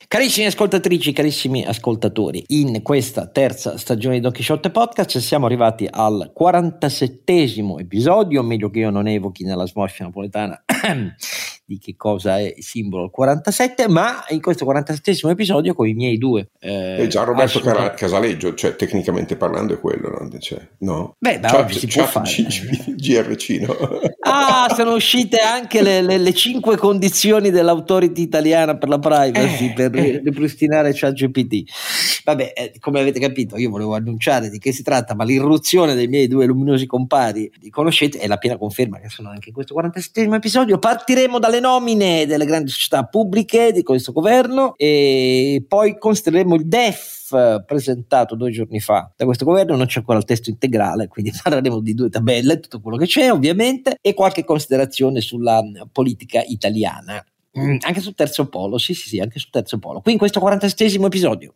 Carissimi ascoltatrici, carissimi ascoltatori, in questa terza stagione di Don Chisciotte Podcast siamo arrivati al 47esimo episodio, meglio che io non evochi nella smorfia napoletana di che cosa è il simbolo 47, ma in questo 47esimo episodio con i miei due già Roberto Casaleggio, cioè tecnicamente parlando è quello, no? Cioè, no? Beh, ma oggi si può fare. GRC, no? Ah, sono uscite anche le 5 condizioni dell'autority italiana per la privacy per ripristinare ChatGPT. Vabbè, come avete capito, io volevo annunciare di che si tratta, ma l'irruzione dei miei due luminosi compari li conoscete, è la piena conferma che sono anche in questo 47esimo episodio. Partiremo dalle nomine delle grandi società pubbliche di questo governo e poi considereremo il DEF presentato 2 giorni fa da questo governo. Non c'è ancora il testo integrale, quindi parleremo di 2 tabelle, tutto quello che c'è ovviamente, e qualche considerazione sulla politica italiana, anche sul terzo polo, sì, anche sul terzo polo, qui in questo 47esimo episodio.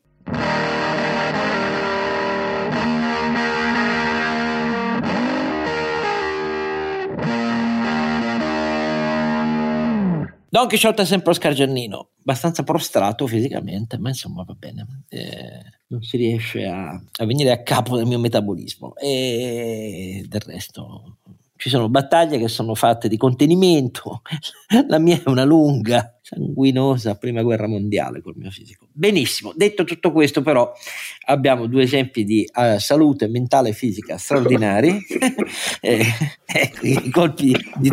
Don Chisciotte è sempre Oscar Giannino, abbastanza prostrato fisicamente, ma insomma va bene, non si riesce a venire a capo del mio metabolismo e del resto ci sono battaglie che sono fatte di contenimento, la mia è una lunga, sanguinosa prima guerra mondiale col mio fisico. Benissimo, detto tutto questo però abbiamo 2 esempi di salute mentale e fisica straordinari, i colpi di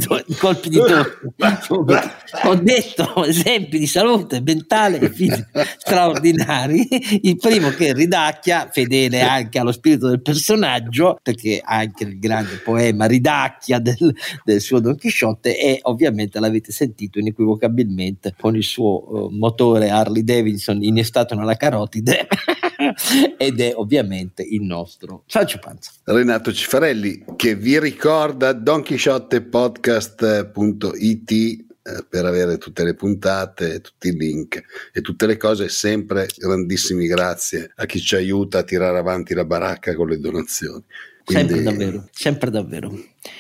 ho detto esempi di salute mentale e fisica straordinari. Il primo che ridacchia, fedele anche allo spirito del personaggio, perché anche il grande poema ridacchia del suo Don Chisciotte, e ovviamente l'avete sentito inequivocabilmente con il suo motore Harley Davidson innestato nella carotide ed è ovviamente il nostro Sancio Panza, Renato Cifarelli, che vi ricorda donchisciottepodcast.it per avere tutte le puntate, tutti i link e tutte le cose. Sempre grandissimi grazie a chi ci aiuta a tirare avanti la baracca con le donazioni. Quindi, sempre davvero.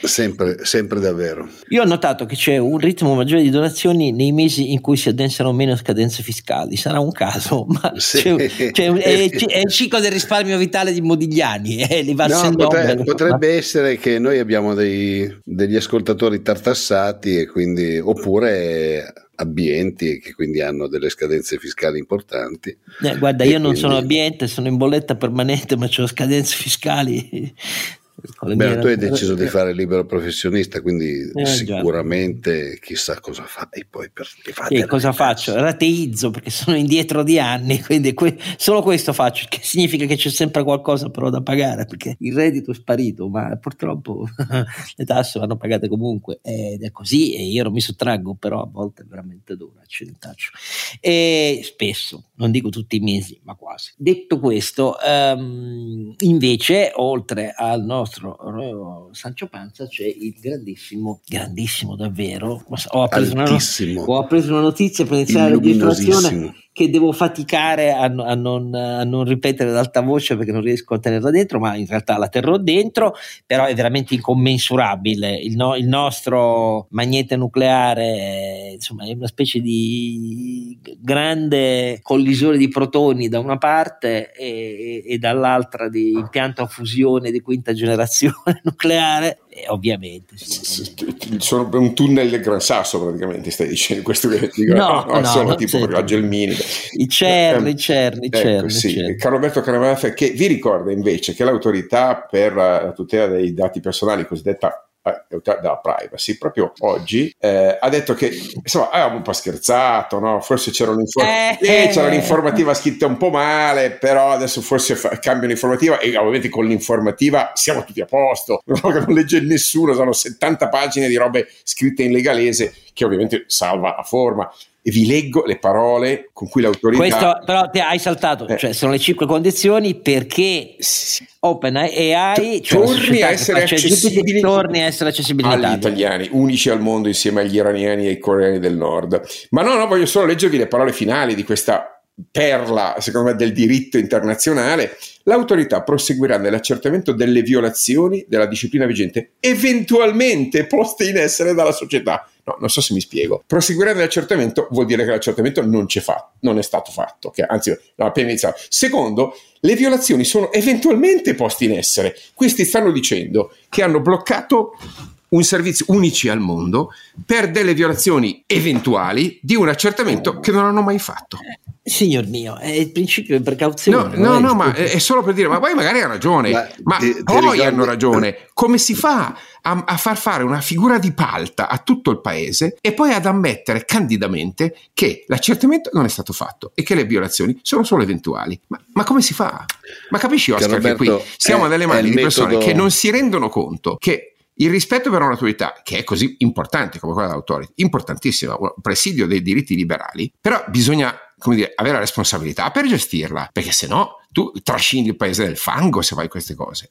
Io ho notato che c'è un ritmo maggiore di donazioni nei mesi in cui si addensano meno scadenze fiscali. Sarà un caso, ma è il ciclo del risparmio vitale di Modigliani. Potrebbe essere che noi abbiamo degli ascoltatori tartassati, e quindi, oppure abbienti, che quindi hanno delle scadenze fiscali importanti. Guarda, io non sono abbiente, sono in bolletta permanente, ma ho scadenze fiscali. Beh, tu hai deciso di fare libero professionista, quindi sicuramente chissà cosa fai poi cosa faccio? Rateizzo, perché sono indietro di anni, quindi solo questo faccio, che significa che c'è sempre qualcosa però da pagare, perché il reddito è sparito, ma purtroppo le tasse vanno pagate comunque ed è così, e io non mi sottraggo, però a volte è veramente duro, accidentaccio, e spesso, non dico tutti i mesi, ma quasi. Detto questo, invece oltre al nostro Sancio Panza c'è il grandissimo davvero, ho appreso una notizia per iniziare la registrazione che devo faticare a non ripetere ad alta voce perché non riesco a tenerla dentro, ma in realtà la terrò dentro, però è veramente incommensurabile. Il nostro magnete nucleare, insomma, è una specie di grande collisore di protoni da una parte e dall'altra di impianto a fusione di quinta generazione nucleare, e ovviamente sono un tunnel del Gran Sasso, praticamente stai dicendo questo che dico, no, sono tipo la gelminica, i cerni. Sì. Carlo Alberto Caramaffa, che vi ricorda invece che l'autorità per la tutela dei dati personali, cosiddetta della privacy, proprio oggi ha detto che insomma avevamo un po' scherzato, no? Forse c'era l'informativa scritta un po' male, però adesso forse cambiano l'informativa, e ovviamente con l'informativa siamo tutti a posto, non legge nessuno, sono 70 pagine di robe scritte in legalese che ovviamente salva a forma. E vi leggo le parole con cui l'autorità... Questo però te hai saltato, cioè sono le 5 condizioni perché OpenAI torni a essere accessibile accessibilità agli italiani, unici al mondo insieme agli iraniani e ai coreani del nord. Ma no, voglio solo leggervi le parole finali di questa perla, secondo me, del diritto internazionale, l'autorità proseguirà nell'accertamento delle violazioni della disciplina vigente eventualmente poste in essere dalla società. No, non so se mi spiego. Proseguirà nell'accertamento vuol dire che l'accertamento non è stato fatto, che anzi non appena iniziato. Secondo, le violazioni sono eventualmente poste in essere. Questi stanno dicendo che hanno bloccato un servizio unici al mondo per delle violazioni eventuali di un accertamento che non hanno mai fatto. Signor mio, è il principio di precauzione. No, ma è solo per dire, ma poi magari ha ragione, ma poi hanno ragione. Come si fa a far fare una figura di palta a tutto il paese e poi ad ammettere candidamente che l'accertamento non è stato fatto e che le violazioni sono solo eventuali? Ma come si fa? Ma capisci, Oscar, che qui siamo nelle mani di persone che non si rendono conto che il rispetto per un'autorità che è così importante come quella dell'autorità, importantissima, un presidio dei diritti liberali, però bisogna, come dire, avere la responsabilità per gestirla, perché se no tu trascini il paese nel fango se fai queste cose.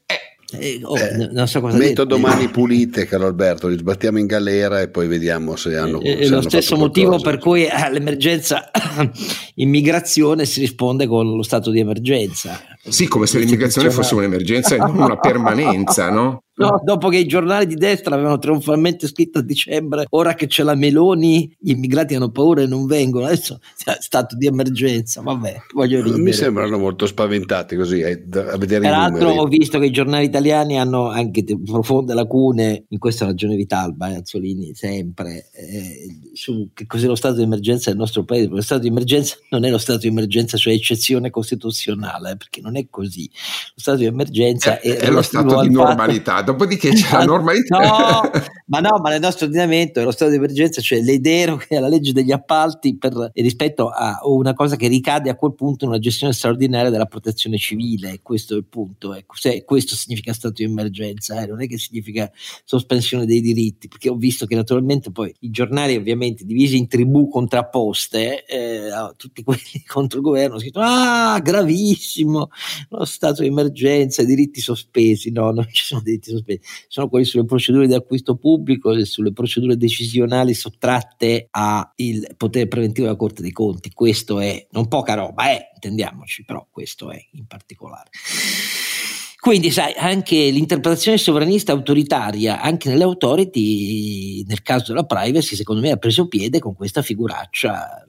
Non so cosa metto domani pulite, caro Alberto, li sbattiamo in galera e poi vediamo se hanno lo stesso motivo per cui all'emergenza immigrazione si risponde con lo stato di emergenza. Sì, come se l'immigrazione fosse un'emergenza e non una permanenza, no? No, dopo che i giornali di destra avevano trionfalmente scritto a dicembre, ora che c'è la Meloni gli immigrati hanno paura e non vengono, adesso è stato di emergenza, vabbè, voglio ridere. Mi sembrano molto spaventati così a vedere peraltro i numeri. ho visto che i giornali italiani hanno anche profonde lacune, in questa ragione Vitalba, Azzolini sempre, su che cos'è lo stato di emergenza del nostro paese. Lo stato di emergenza non è lo stato di emergenza, cioè eccezione costituzionale, perché non è così. Lo stato di emergenza è lo stato di normalità. Dopodiché c'è la normalità. Ma nel nostro ordinamento è lo stato di emergenza, cioè le deroghe alla legge degli appalti rispetto a una cosa che ricade a quel punto in una gestione straordinaria della protezione civile. Questo è il punto. Questo significa stato di emergenza, non è che significa sospensione dei diritti, perché ho visto che naturalmente poi i giornali, ovviamente divisi in tribù contrapposte, tutti quelli contro il governo hanno scritto gravissimo, lo stato di emergenza, i diritti sospesi. No, non ci sono diritti sospesi, sono quelli sulle procedure di acquisto pubblico e sulle procedure decisionali sottratte al potere preventivo della Corte dei Conti. Questo è, non poca roba, intendiamoci, però questo è in particolare. Quindi sai, anche l'interpretazione sovranista autoritaria anche nelle authority, nel caso della privacy, secondo me ha preso piede con questa figuraccia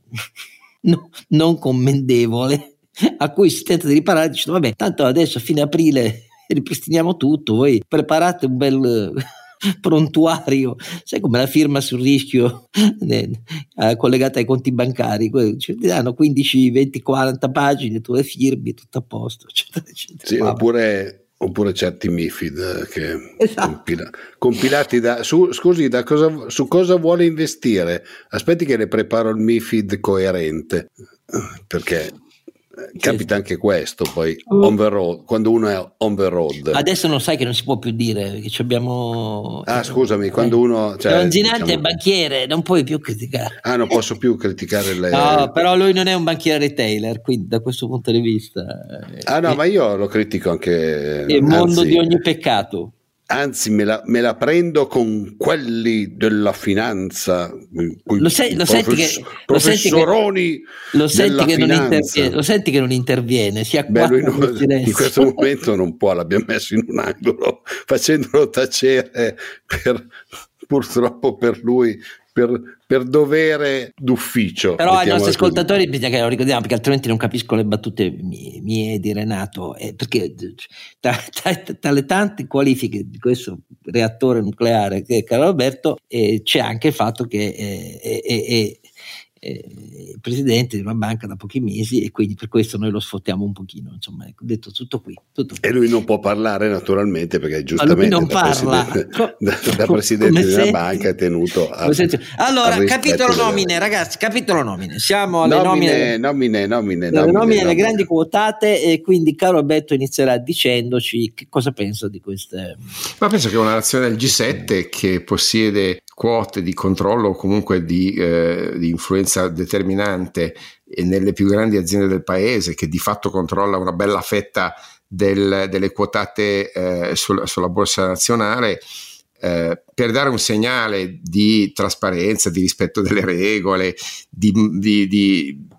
non commendevole a cui si tenta di riparare dicendo vabbè, tanto adesso a fine aprile ripristiniamo tutto, voi preparate un bel prontuario, sai, come la firma sul rischio collegata ai conti bancari, ti danno 15, 20, 40 pagine, tu le firmi, tutto a posto, eccetera, eccetera. Sì, oppure certi MiFID che compilati su cosa vuole investire, aspetti che le preparo il MiFID coerente, perché capita anche questo poi on the road, quando uno è on the road. Adesso non sai che non si può più dire che abbiamo scusami, quando uno Longinante è banchiere, non puoi più criticare. Non posso più criticare no, però lui non è un banchiere retailer, quindi da questo punto di vista ma io lo critico anche il mondo di ogni peccato. Anzi, me la prendo con quelli della finanza, lo senti che non interviene, si acquatta in questo momento non può, l'abbiamo messo in un angolo facendolo tacere purtroppo per lui, per dovere d'ufficio. Però ai nostri ascoltatori bisogna che lo ricordiamo, perché altrimenti non capiscono le battute mie di Renato, perché tra le tante qualifiche di questo reattore nucleare che è Carlo Alberto c'è anche il fatto che è presidente di una banca da pochi mesi e quindi per questo noi lo sfottiamo un pochino, insomma, detto tutto qui. E lui non può parlare naturalmente perché giustamente non parla. Da presidente di una banca è tenuto a allora capitolo nomine, ragazzi, capitolo nomine, siamo alle nomine alle grandi quotate, e quindi Carlo Alberto inizierà dicendoci che cosa pensa di queste. Ma penso che una nazione del G7 che possiede quote di controllo o comunque di influenza determinante nelle più grandi aziende del paese, che di fatto controlla una bella fetta delle quotate sulla borsa nazionale, per dare un segnale di trasparenza, di rispetto delle regole, di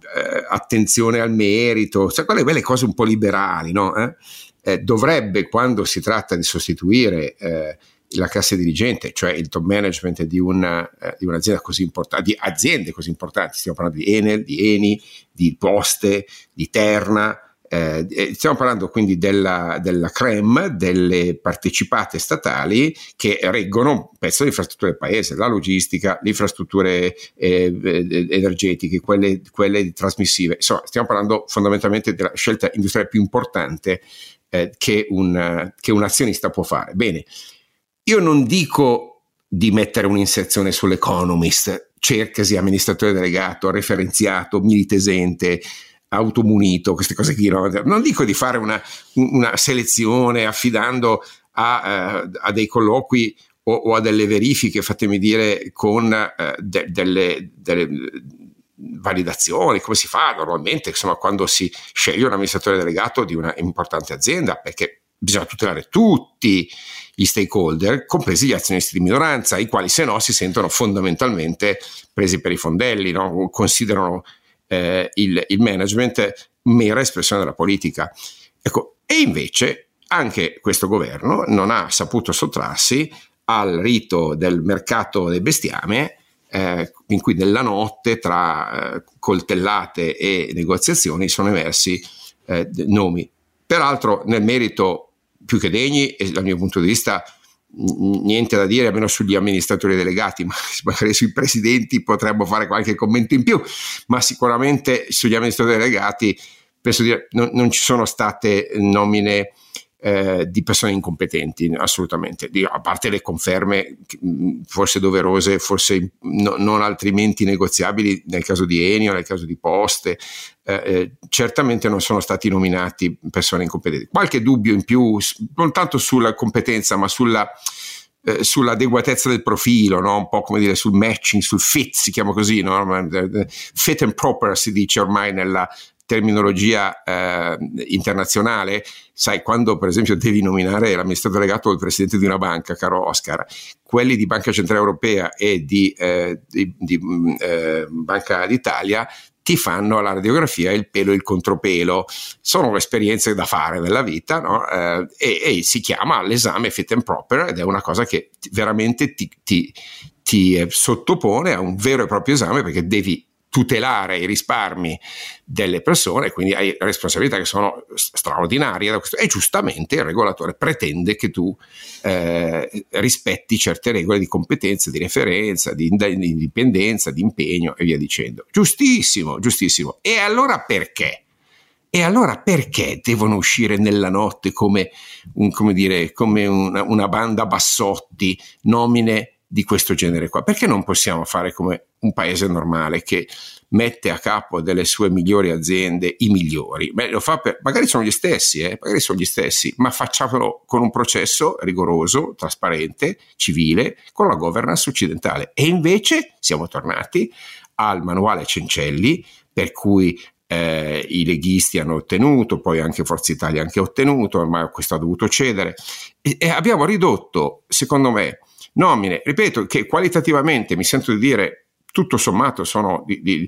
attenzione al merito, cioè quelle cose un po' liberali, no? Dovrebbe, quando si tratta di sostituire la classe dirigente, cioè il top management di un'azienda così importante, di aziende così importanti, stiamo parlando di Enel, di Eni, di Poste, di Terna, stiamo parlando quindi della crème delle partecipate statali che reggono un pezzo di infrastrutture del paese, la logistica, le infrastrutture energetiche, quelle trasmissive. Insomma, stiamo parlando fondamentalmente della scelta industriale più importante che un azionista può fare. Bene, io non dico di mettere un'inserzione sull'Economist, cercasi amministratore delegato, referenziato, militesente, automunito, queste cose qui, no? Non dico di fare una selezione affidando a dei colloqui o a delle verifiche, fatemi dire, con delle validazioni, come si fa normalmente, insomma, quando si sceglie un amministratore delegato di una importante azienda, perché bisogna tutelare tutti gli stakeholder, compresi gli azionisti di minoranza, i quali se no si sentono fondamentalmente presi per i fondelli, no? Considerano il management mera espressione della politica. Ecco, e invece anche questo governo non ha saputo sottrarsi al rito del mercato del bestiame, in cui nella notte tra coltellate e negoziazioni sono emersi nomi, peraltro nel merito più che degni, e dal mio punto di vista niente da dire, almeno sugli amministratori delegati, ma magari sui presidenti potremmo fare qualche commento in più, ma sicuramente sugli amministratori delegati penso dire non ci sono state nomine di persone incompetenti, assolutamente, a parte le conferme forse doverose, forse non altrimenti negoziabili nel caso di Eni o nel caso di Poste. Certamente non sono stati nominati persone incompetenti. Qualche dubbio in più, non tanto sulla competenza, ma sull'adeguatezza del profilo, no? Un po' come dire sul matching, sul fit, si chiama così, no? Fit and proper si dice ormai nella terminologia internazionale. Sai, quando per esempio devi nominare l'amministratore delegato o il presidente di una banca, caro Oscar, quelli di Banca Centrale Europea e di Banca d'Italia ti fanno la radiografia, il pelo e il contropelo. Sono esperienze da fare nella vita, no? E si chiama l'esame fit and proper, ed è una cosa che veramente ti sottopone a un vero e proprio esame, perché devi tutelare i risparmi delle persone, quindi hai responsabilità che sono straordinarie da questo, e giustamente il regolatore pretende che tu rispetti certe regole di competenza, di referenza, di indipendenza, di impegno e via dicendo. Giustissimo. E allora perché? Devono uscire nella notte come una banda bassotti nomine di questo genere qua? Perché non possiamo fare come un paese normale che mette a capo delle sue migliori aziende i migliori? Lo fa magari sono gli stessi, ma facciamolo con un processo rigoroso, trasparente, civile, con la governance occidentale. E invece siamo tornati al manuale Cencelli, per cui i leghisti hanno ottenuto, poi anche Forza Italia ha anche ottenuto, ma questo ha dovuto cedere, e abbiamo ridotto, secondo me, nomine, ripeto, che qualitativamente mi sento di dire tutto sommato sono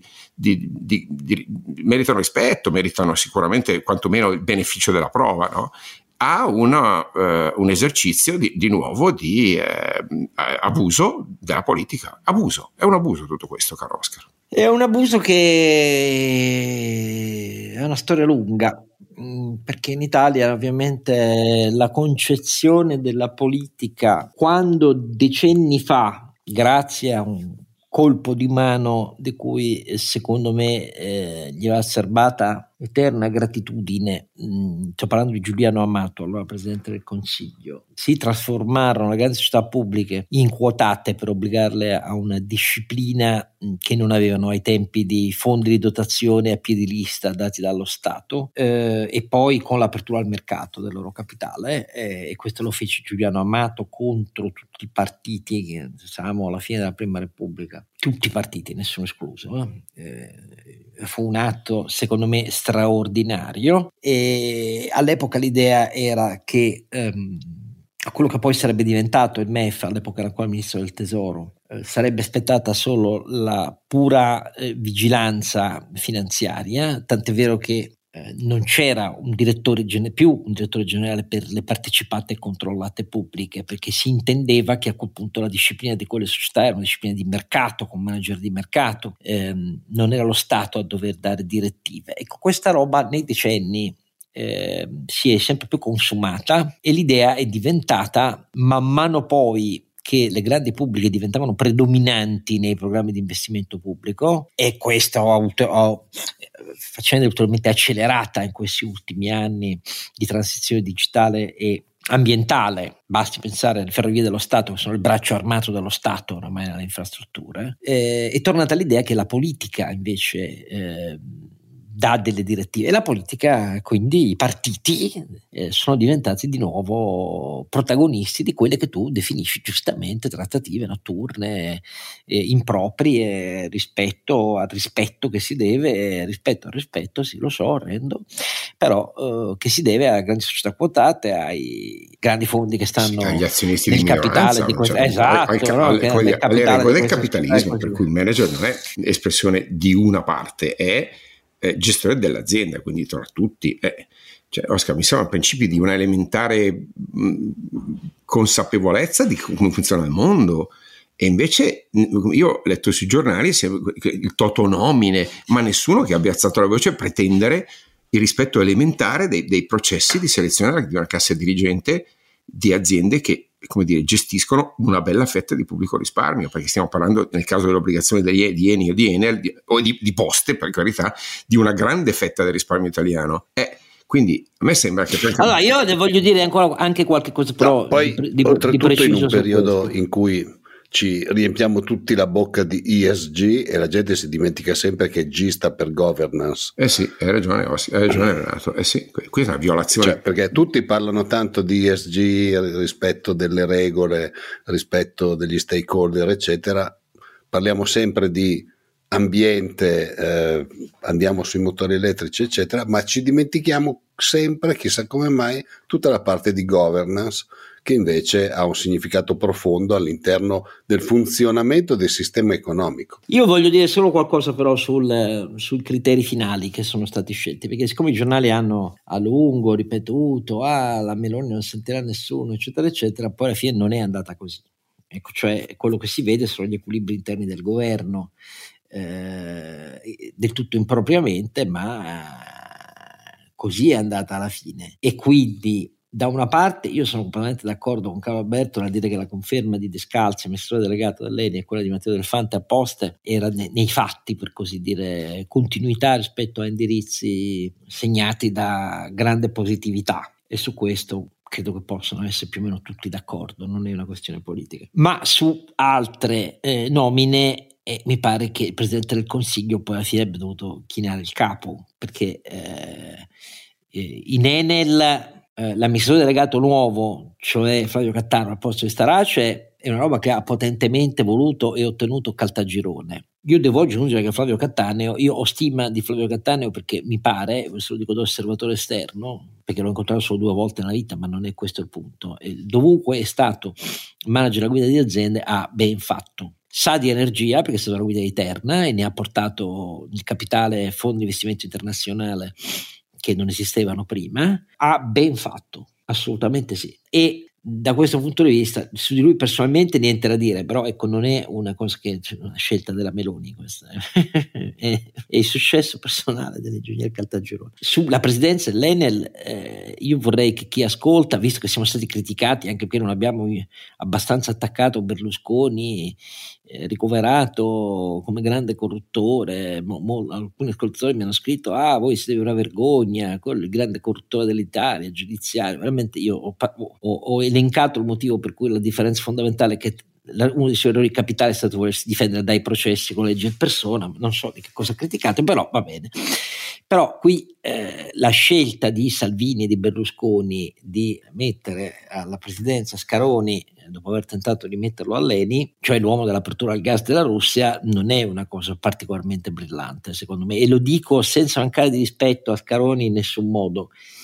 meritano rispetto, meritano sicuramente quantomeno il beneficio della prova, no? A un esercizio di nuovo di abuso della politica. È un abuso tutto questo, caro Oscar. È un abuso che è una storia lunga, perché in Italia ovviamente la concezione della politica, quando decenni fa, grazie a un colpo di mano di cui secondo me gli va serbata eterna gratitudine, sto parlando di Giuliano Amato, allora Presidente del Consiglio, si trasformarono le grandi società pubbliche in quotate per obbligarle a una disciplina che non avevano ai tempi di fondi di dotazione a piedi lista dati dallo Stato, e poi con l'apertura al mercato del loro capitale, e questo lo fece Giuliano Amato contro tutti i partiti che siamo alla fine della Prima Repubblica, tutti i partiti, nessuno escluso. Fu un atto secondo me straordinario, e all'epoca l'idea era che a quello che poi sarebbe diventato il MEF, all'epoca era ancora ministro del Tesoro, sarebbe spettata solo la pura vigilanza finanziaria, tant'è vero che non c'era un direttore generale per le partecipate e controllate pubbliche, perché si intendeva che a quel punto la disciplina di quelle società era una disciplina di mercato, con manager di mercato, non era lo Stato a dover dare direttive. Ecco, questa roba nei decenni si è sempre più consumata e l'idea è diventata, man mano poi che le grandi pubbliche diventavano predominanti nei programmi di investimento pubblico, e questo facendo ulteriormente accelerata in questi ultimi anni di transizione digitale e ambientale. Basti pensare alle Ferrovie dello Stato, che sono il braccio armato dello Stato oramai nelle infrastrutture, è tornata l'idea che la politica invece dà delle direttive, e la politica, quindi i partiti, sono diventati di nuovo protagonisti di quelle che tu definisci giustamente trattative notturne, improprie rispetto al rispetto che si deve, rispetto al rispetto, sì, lo so, orrendo, però che si deve a grandi società quotate, ai grandi fondi che stanno agli azionisti nel di capitale di questa, esatto, alle regole del capitalismo, per cui il manager non è espressione di una parte, è gestore dell'azienda, quindi tra tutti. Cioè, Oscar, mi sembra principi di una elementare consapevolezza di come funziona il mondo, e invece io ho letto sui giornali il toto nomine, ma nessuno che abbia alzato la voce pretendere il rispetto elementare dei processi di selezione di una classe dirigente di aziende che, come dire, gestiscono una bella fetta di pubblico risparmio, perché stiamo parlando, nel caso delle obbligazioni di Eni o di Enel o di Poste, per carità, di una grande fetta del risparmio italiano. Quindi a me sembra che... Allora io ne voglio dire ancora anche qualche cosa, però poi oltretutto in un periodo in cui ci riempiamo tutti la bocca di ESG e la gente si dimentica sempre che G sta per governance. Sì, hai ragione Renato. Sì, questa è una violazione. Cioè, perché tutti parlano tanto di ESG, rispetto delle regole, rispetto degli stakeholder, eccetera. Parliamo sempre di ambiente, andiamo sui motori elettrici, eccetera, ma ci dimentichiamo sempre, chissà come mai, tutta la parte di governance, che invece ha un significato profondo all'interno del funzionamento del sistema economico. Io voglio dire solo qualcosa però sui criteri finali che sono stati scelti, perché siccome i giornali hanno a lungo ripetuto la Meloni non sentirà nessuno, eccetera eccetera, poi alla fine non è andata così. Ecco, cioè quello che si vede sono gli equilibri interni del governo, del tutto impropriamente, ma così è andata alla fine. E quindi da una parte io sono completamente d'accordo con Carlo Alberto nel dire che la conferma di Descalzi, amministratore delegato dell'Eni, e quella di Matteo Del Fante a Poste era nei fatti, per così dire, continuità rispetto a indirizzi segnati da grande positività, e su questo credo che possano essere più o meno tutti d'accordo, non è una questione politica. Ma su altre nomine mi pare che il Presidente del Consiglio poi alla fine abbia dovuto chinare il capo, perché in Enel l'amministratore delegato nuovo, cioè Flavio Cattaneo al posto di Starace, è una roba che ha potentemente voluto e ottenuto Caltagirone. Io devo aggiungere che Flavio Cattaneo, io ho stima di Flavio Cattaneo perché mi pare, questo lo dico da osservatore esterno, perché l'ho incontrato solo 2 volte nella vita, ma non è questo il punto. Dovunque è stato manager a guida di aziende ha ben fatto. Sa di energia perché è stata una guida di Terna e ne ha portato il capitale fondo di investimento internazionale che non esistevano prima. Ha ben fatto, assolutamente sì. E da questo punto di vista su di lui personalmente niente da dire, però ecco, non è una cosa che una scelta della Meloni questa è il successo personale dell'ingegner Caltagirone. Sulla presidenza dell'Enel io vorrei che chi ascolta, visto che siamo stati criticati anche perché non abbiamo abbastanza attaccato Berlusconi, ricoverato come grande corruttore, alcuni ascoltatori mi hanno scritto voi siete una vergogna, quello è il grande corruttore dell'Italia, giudiziario. Veramente io ho elencato il motivo per cui la differenza fondamentale è che uno dei suoi errori capitali è stato volersi difendere dai processi con legge ad persona, non so di che cosa criticate, però va bene. Però qui la scelta di Salvini e di Berlusconi di mettere alla presidenza Scaroni dopo aver tentato di metterlo all'Eni, cioè l'uomo dell'apertura al gas della Russia, non è una cosa particolarmente brillante secondo me, e lo dico senza mancare di rispetto a Scaroni in nessun modo.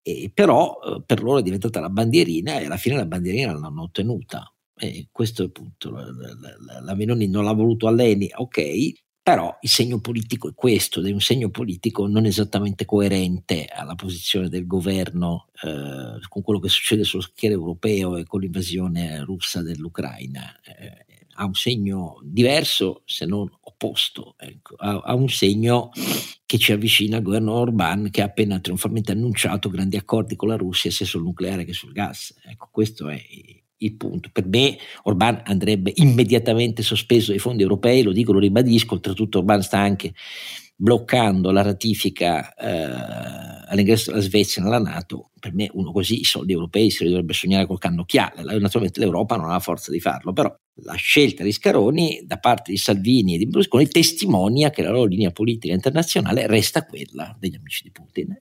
però per loro è diventata la bandierina e alla fine la bandierina l'hanno ottenuta. Questo è il punto. La Meloni non l'ha voluto a Leni, ok, però il segno politico è questo, ed è un segno politico non esattamente coerente alla posizione del governo con quello che succede sullo scacchiere europeo e con l'invasione russa dell'Ucraina. Ha un segno diverso, se non opposto, ecco. Ha un segno che ci avvicina al governo Orban, che ha appena trionfalmente annunciato grandi accordi con la Russia sia sul nucleare che sul gas. Ecco, questo è il punto. Per me Orban andrebbe immediatamente sospeso dai fondi europei, lo dico, lo ribadisco. Oltretutto Orban sta anche bloccando la ratifica all'ingresso della Svezia nella NATO. Per me uno così i soldi europei si dovrebbe sognare col cannocchiale. Naturalmente l'Europa non ha la forza di farlo, però la scelta di Scaroni da parte di Salvini e di Berlusconi testimonia che la loro linea politica internazionale resta quella degli amici di Putin.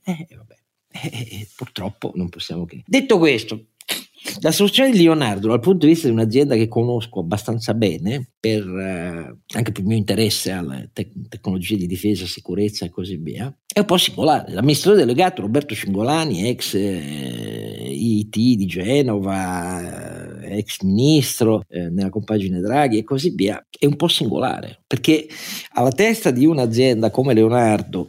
Purtroppo non possiamo che. Detto questo, la soluzione di Leonardo dal punto di vista di un'azienda che conosco abbastanza bene anche per il mio interesse alle tecnologie di difesa, sicurezza e così via, è un po' singolare. L'amministratore delegato Roberto Cingolani, ex IT di Genova, ex ministro nella compagine Draghi e così via, è un po' singolare perché alla testa di un'azienda come Leonardo,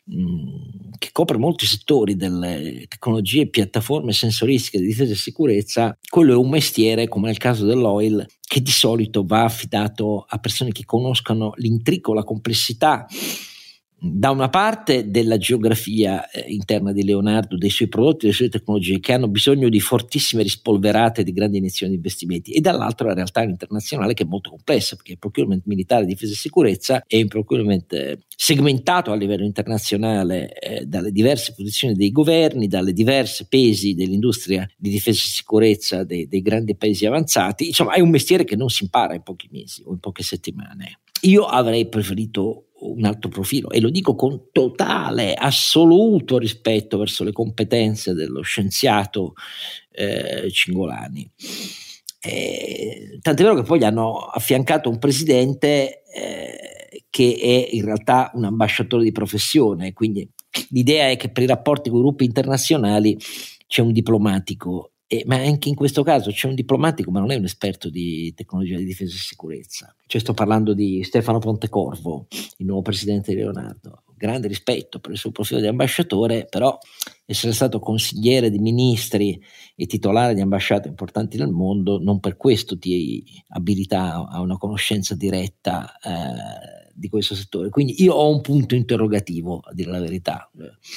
che copre molti settori delle tecnologie e piattaforme sensoristiche di difesa e sicurezza, quello è un mestiere, come nel caso dell'oil, che di solito va affidato a persone che conoscano l'intrico, la complessità da una parte della geografia interna di Leonardo, dei suoi prodotti, delle sue tecnologie, che hanno bisogno di fortissime rispolverate, di grandi iniezioni di investimenti, e dall'altro la realtà internazionale, che è molto complessa, perché il procurement militare, difesa e sicurezza è un procurement segmentato a livello internazionale dalle diverse posizioni dei governi, dalle diverse pesi dell'industria di difesa e sicurezza dei grandi paesi avanzati. Insomma, è un mestiere che non si impara in pochi mesi o in poche settimane. Io avrei preferito un altro profilo, e lo dico con totale, assoluto rispetto verso le competenze dello scienziato Cingolani. Tant'è vero che poi gli hanno affiancato un presidente che è in realtà un ambasciatore di professione, quindi l'idea è che per i rapporti con i gruppi internazionali c'è un diplomatico. Ma anche in questo caso c'è un diplomatico, ma non è un esperto di tecnologia di difesa e sicurezza. Cioè, sto parlando di Stefano Pontecorvo, il nuovo presidente di Leonardo. Grande rispetto per il suo profilo di ambasciatore, però essere stato consigliere di ministri e titolare di ambasciate importanti nel mondo non per questo ti abilita a una conoscenza diretta di questo settore. Quindi io ho un punto interrogativo, a dire la verità,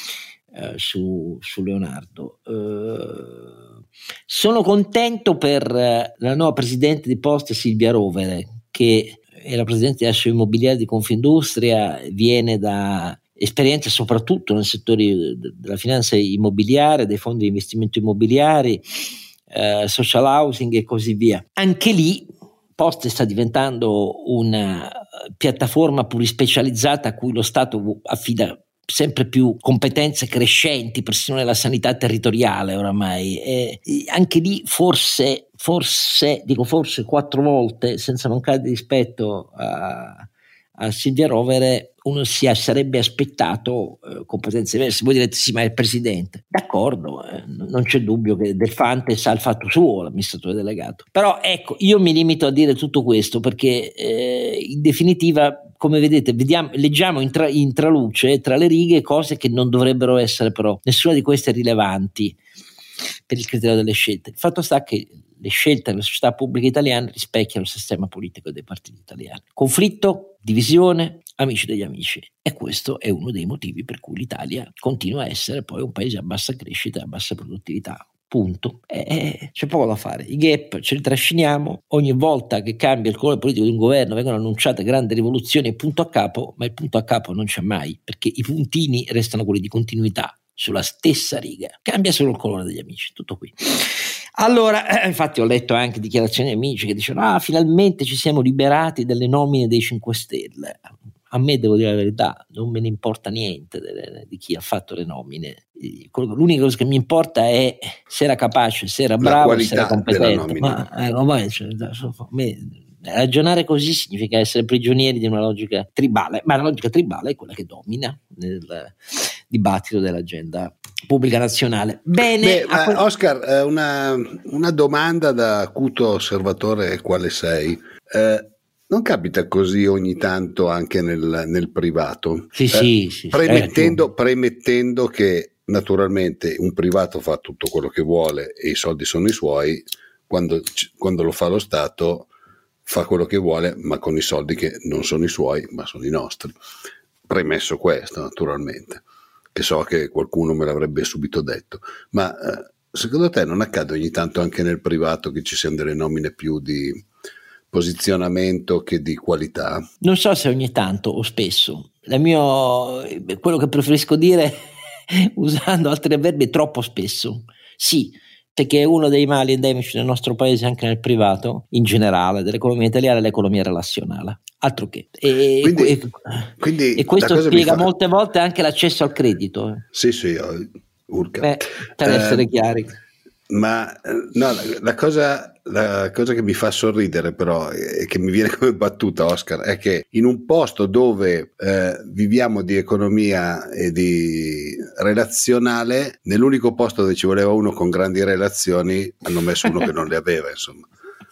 su Leonardo. Sono contento per la nuova presidente di Poste, Silvia Rovere, che è la presidente di Ascio Immobiliare di Confindustria, viene da esperienze soprattutto nel settore della finanza immobiliare, dei fondi di investimento immobiliari, social housing e così via. Anche lì Poste sta diventando una piattaforma plurispecializzata a cui lo Stato affida sempre più competenze crescenti, persino nella sanità territoriale oramai, e anche lì forse 4 volte, senza mancare di rispetto a Silvia Rovere, uno si sarebbe aspettato competenze diverse. Voi direte sì, ma è il presidente, d'accordo, non c'è dubbio che Del Fante sa il fatto suo, l'amministratore delegato, però ecco, io mi limito a dire tutto questo perché in definitiva, come vedete, leggiamo in traluce, tra le righe, cose che non dovrebbero essere, però nessuna di queste è rilevante per il criterio delle scelte. Il fatto sta che le scelte delle società pubbliche italiane rispecchiano il sistema politico dei partiti italiani. Conflitto, divisione, amici degli amici. E questo è uno dei motivi per cui l'Italia continua a essere poi un paese a bassa crescita e a bassa produttività. Punto. C'è poco da fare. I gap ce li trasciniamo. Ogni volta che cambia il colore politico di un governo vengono annunciate grandi rivoluzioni e punto a capo, ma il punto a capo non c'è mai, perché i puntini restano quelli di continuità sulla stessa riga. Cambia solo il colore degli amici. Tutto qui. Allora, infatti ho letto anche dichiarazioni di amici che dicevano finalmente ci siamo liberati delle nomine dei 5 Stelle. A me, devo dire la verità, non me ne importa niente di chi ha fatto le nomine. L'unica cosa che mi importa è se era capace, se era bravo, se era competente. Ragionare così significa essere prigionieri di una logica tribale, ma la logica tribale è quella che domina dibattito dell'agenda pubblica nazionale. Bene. Oscar, una domanda da acuto osservatore quale sei. Non capita così ogni tanto anche nel privato? Sì, premettendo che naturalmente un privato fa tutto quello che vuole e i soldi sono i suoi, quando lo fa lo Stato fa quello che vuole, ma con i soldi che non sono i suoi, ma sono i nostri. Premesso questo, naturalmente, che so che qualcuno me l'avrebbe subito detto, ma secondo te non accade ogni tanto anche nel privato che ci siano delle nomine più di posizionamento che di qualità? Non so se ogni tanto o spesso. Quello che preferisco dire usando altri avverbi è troppo spesso. Sì, perché è uno dei mali endemici del nostro paese anche nel privato, in generale, dell'economia italiana è l'economia relazionale. Altro che. E questo spiega molte volte anche l'accesso al credito. Sì, urca. Per essere chiari. Ma no, la cosa che mi fa sorridere però e che mi viene come battuta, Oscar, è che in un posto dove viviamo di economia e di relazionale, nell'unico posto dove ci voleva uno con grandi relazioni hanno messo uno che non le aveva, insomma.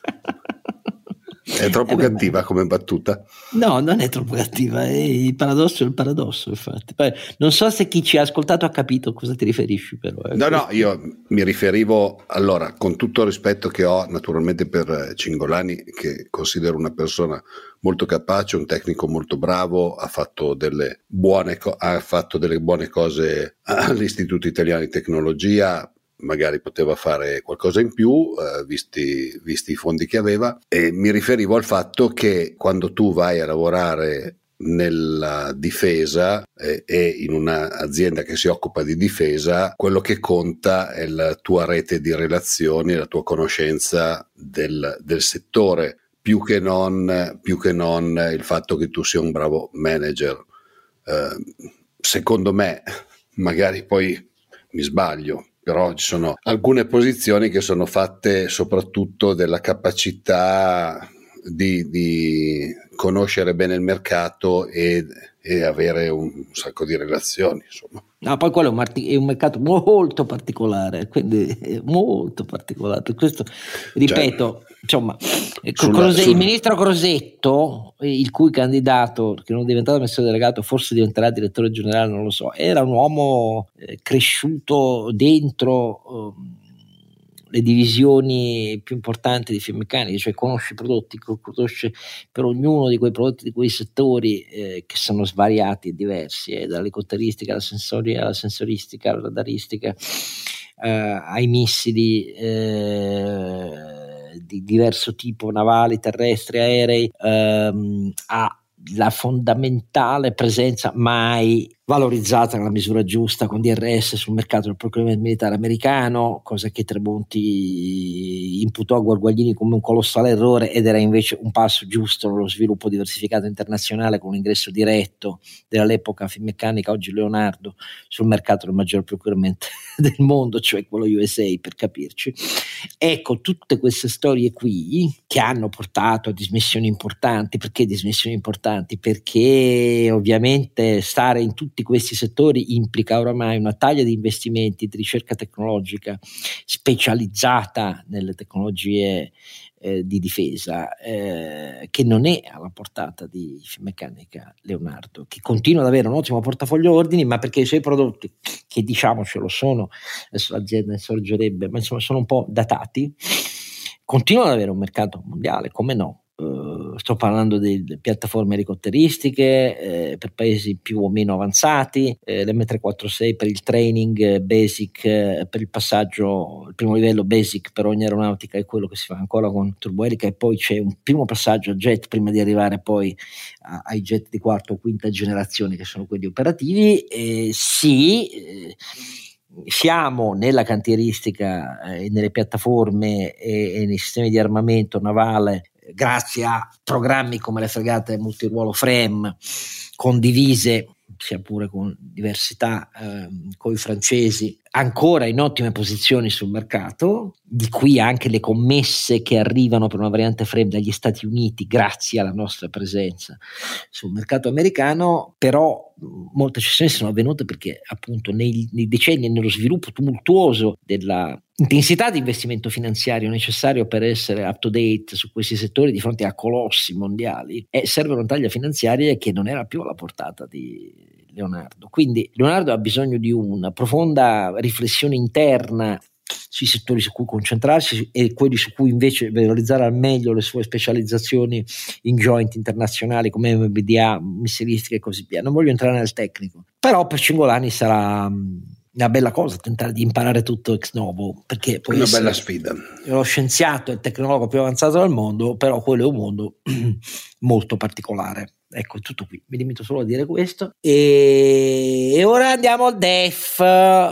È troppo cattiva come battuta? No, non è troppo cattiva, il paradosso, infatti. Poi, non so se chi ci ha ascoltato ha capito a cosa ti riferisci, però. No, io mi riferivo, allora, con tutto il rispetto che ho naturalmente per Cingolani, che considero una persona molto capace, un tecnico molto bravo, ha fatto delle buone cose all'Istituto Italiano di Tecnologia, magari poteva fare qualcosa in più visti i fondi che aveva, e mi riferivo al fatto che quando tu vai a lavorare nella difesa e in un'azienda che si occupa di difesa, quello che conta è la tua rete di relazioni, la tua conoscenza del settore, più che non il fatto che tu sia un bravo manager. Secondo me, magari poi mi sbaglio, però ci sono alcune posizioni che sono fatte soprattutto della capacità di conoscere bene il mercato e avere un sacco di relazioni, insomma. No, poi quello è un mercato molto particolare, quindi è molto particolare. Per questo, ripeto, insomma, il ministro Crosetto, il cui candidato, che non è diventato amministratore delegato, forse diventerà direttore generale, non lo so, era un uomo cresciuto dentro le divisioni più importanti di Finmeccanica, cioè conosce i prodotti, conosce per ognuno di quei prodotti, di quei settori che sono svariati e diversi, dall'elicotteristica alla sensoristica, alla radaristica, ai missili di diverso tipo, navali, terrestri, aerei, la fondamentale presenza mai valorizzata nella misura giusta con DRS sul mercato del procurement militare americano, cosa che Tremonti imputò a Guarguaglini come un colossale errore, ed era invece un passo giusto nello sviluppo diversificato internazionale con l'ingresso diretto dell'epoca Finmeccanica, oggi Leonardo, sul mercato del maggior procurement del mondo, cioè quello USA, per capirci. Ecco, tutte queste storie qui che hanno portato a dismissioni importanti. Perché dismissioni importanti? Perché ovviamente stare in tutti questi settori implica oramai una taglia di investimenti di ricerca tecnologica specializzata nelle tecnologie di difesa, che non è alla portata di Finmeccanica Leonardo, che continua ad avere un ottimo portafoglio ordini, ma perché i suoi prodotti, che diciamocelo sono, adesso l'azienda sorgerebbe, ma insomma sono un po' datati, continuano ad avere un mercato mondiale, come no. Sto parlando di piattaforme elicotteristiche per paesi più o meno avanzati, l'M346 per il training basic, per il passaggio, il primo livello basic per ogni aeronautica è quello che si fa ancora con turboelica, e poi c'è un primo passaggio a jet prima di arrivare poi ai jet di quarta o quinta generazione, che sono quelli operativi. Siamo nella cantieristica e nelle piattaforme e nei sistemi di armamento navale grazie a programmi come le fregate multiruolo FREMM condivise, sia pure con diversità, con i francesi, ancora in ottime posizioni sul mercato, di qui anche le commesse che arrivano per una variante FREMM dagli Stati Uniti grazie alla nostra presenza sul mercato americano, però molte cessioni sono avvenute perché appunto nei decenni e nello sviluppo tumultuoso della intensità di investimento finanziario necessario per essere up to date su questi settori di fronte a colossi mondiali, serve una taglia finanziaria che non era più alla portata di Leonardo. Quindi Leonardo ha bisogno di una profonda riflessione interna sui settori su cui concentrarsi e quelli su cui invece valorizzare al meglio le sue specializzazioni in joint internazionali come MBDA, missilistica e così via. Non voglio entrare nel tecnico, però per Cingolani sarà una bella cosa tentare di imparare tutto ex novo, perché poi una bella sfida. Lo scienziato e il tecnologo più avanzato del mondo, però quello è un mondo molto particolare. Ecco, è tutto qui, mi limito solo a dire questo e ora andiamo al DEF.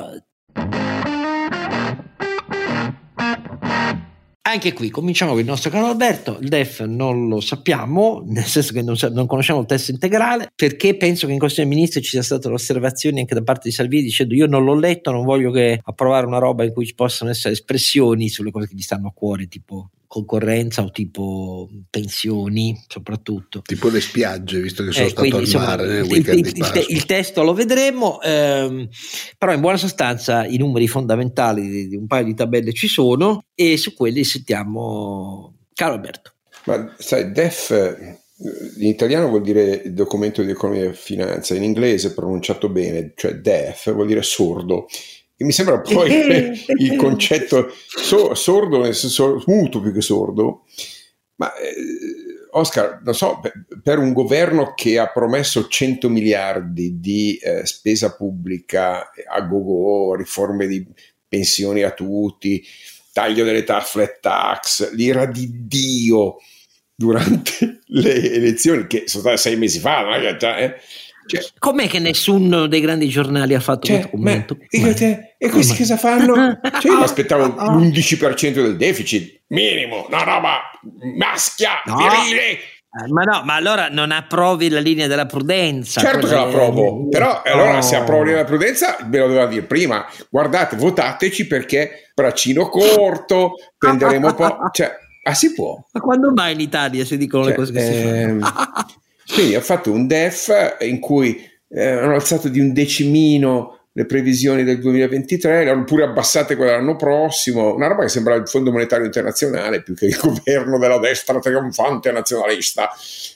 Anche qui cominciamo con il nostro caro Alberto. Il DEF non lo sappiamo, nel senso che non conosciamo il testo integrale, perché penso che in Consiglio dei Ministri ci sia stata l'osservazione anche da parte di Salvini dicendo io non l'ho letto, non voglio che approvare una roba in cui ci possano essere espressioni sulle cose che gli stanno a cuore, tipo concorrenza o tipo pensioni, soprattutto tipo le spiagge, visto che sono stato al mare nel weekend di Pasqua. Il testo lo vedremo, però in buona sostanza i numeri fondamentali di un paio di tabelle ci sono e su quelli sentiamo caro Alberto. Ma sai, DEF in italiano vuol dire documento di economia e finanza, in inglese pronunciato bene, cioè DEF vuol dire sordo. E mi sembra poi il concetto sordo, nel senso muto più che sordo, ma Oscar, non so, per un governo che ha promesso 100 miliardi di spesa pubblica a go-go, riforme di pensioni a tutti, taglio delle flat tax, l'ira di Dio durante le elezioni che sono state 6 mesi fa, no? Cioè, com'è che nessuno dei grandi giornali ha fatto questo commento? E questi cosa fanno? Cioè, io mi aspettavo l'11% del deficit minimo, una roba maschia, virile. Ma allora non approvi la linea della prudenza? Certo che la approvo, però allora se approvo la linea della prudenza me lo doveva dire prima. Guardate, votateci perché braccino corto, prenderemo un po'. Cioè, si può. Ma quando mai in Italia si dicono le cose che si fanno? Quindi ho fatto un DEF in cui hanno alzato di un decimino le previsioni del 2023, le hanno pure abbassate quelle dell'anno prossimo, una roba che sembra il Fondo Monetario Internazionale più che il governo della destra trionfante nazionalista.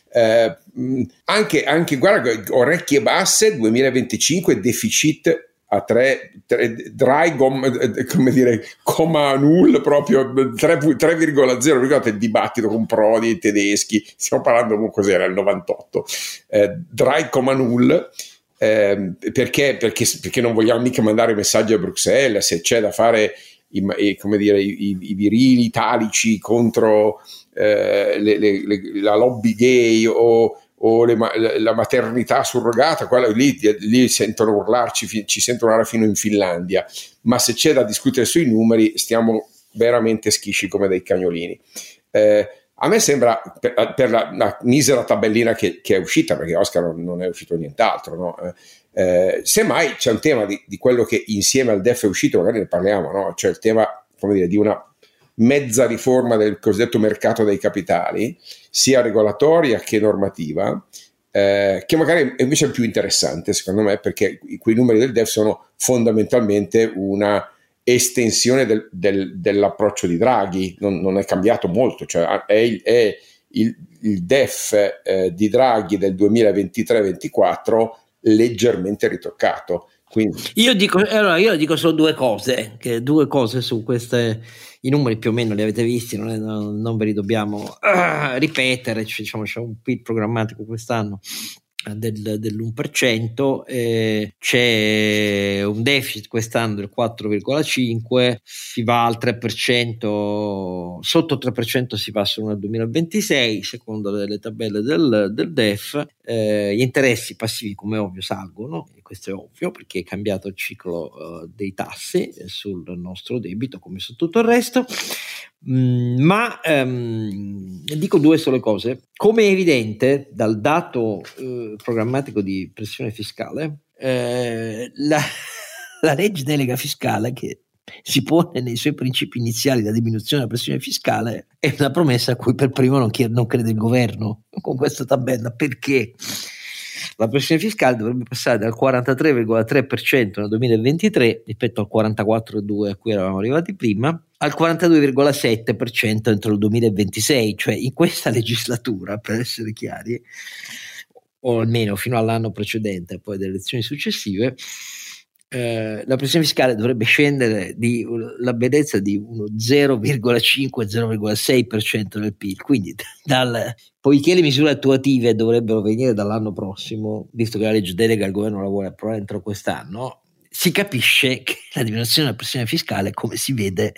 Anche guarda, orecchie basse, 2025 deficit a 3 dry come dire comma null, proprio 3,0. Ricordate il dibattito con Prodi e i tedeschi, stiamo parlando comunque cos'era il 98, dry comma null, perché non vogliamo mica mandare messaggi a Bruxelles se c'è da fare i virili italici contro la lobby gay o la maternità surrogata, quella lì sentono urlarci, ci sentono urlare fino in Finlandia, ma se c'è da discutere sui numeri stiamo veramente schisci come dei cagnolini. A me sembra, per la misera tabellina che è uscita, perché Oscar non è uscito nient'altro, no? Semmai c'è un tema di quello che insieme al DEF è uscito, magari ne parliamo, no? Cioè il tema, come dire, di una mezza riforma del cosiddetto mercato dei capitali, sia regolatoria che normativa, che magari invece è più interessante secondo me, perché quei numeri del DEF sono fondamentalmente una estensione dell'approccio di Draghi, non è cambiato molto, cioè è il DEF di Draghi del 2023-24 leggermente ritoccato. Quindi io dico solo due cose su queste. I numeri più o meno li avete visti, non ve li dobbiamo ripetere, diciamo, c'è un PIL programmatico quest'anno dell'1%, c'è un deficit quest'anno del 4,5%, si va al 3%, sotto il 3% si va solo nel 2026 secondo le tabelle del DEF. Gli interessi passivi come ovvio salgono, e questo è ovvio perché è cambiato il ciclo dei tassi sul nostro debito come su tutto il resto. Ma dico due sole cose. Come è evidente dal dato programmatico di pressione fiscale, la legge delega fiscale, che si pone nei suoi principi iniziali la diminuzione della pressione fiscale, è una promessa a cui per primo non crede il governo con questa tabella, perché la pressione fiscale dovrebbe passare dal 43,3% nel 2023 rispetto al 44,2% a cui eravamo arrivati prima, al 42,7% entro il 2026, cioè in questa legislatura, per essere chiari, o almeno fino all'anno precedente e poi delle elezioni successive, la pressione fiscale dovrebbe scendere di la bellezza di uno 0,5-0,6% del PIL, quindi poiché le misure attuative dovrebbero venire dall'anno prossimo, visto che la legge delega il governo la vuole approvare entro quest'anno, si capisce che la diminuzione della pressione fiscale, come si vede,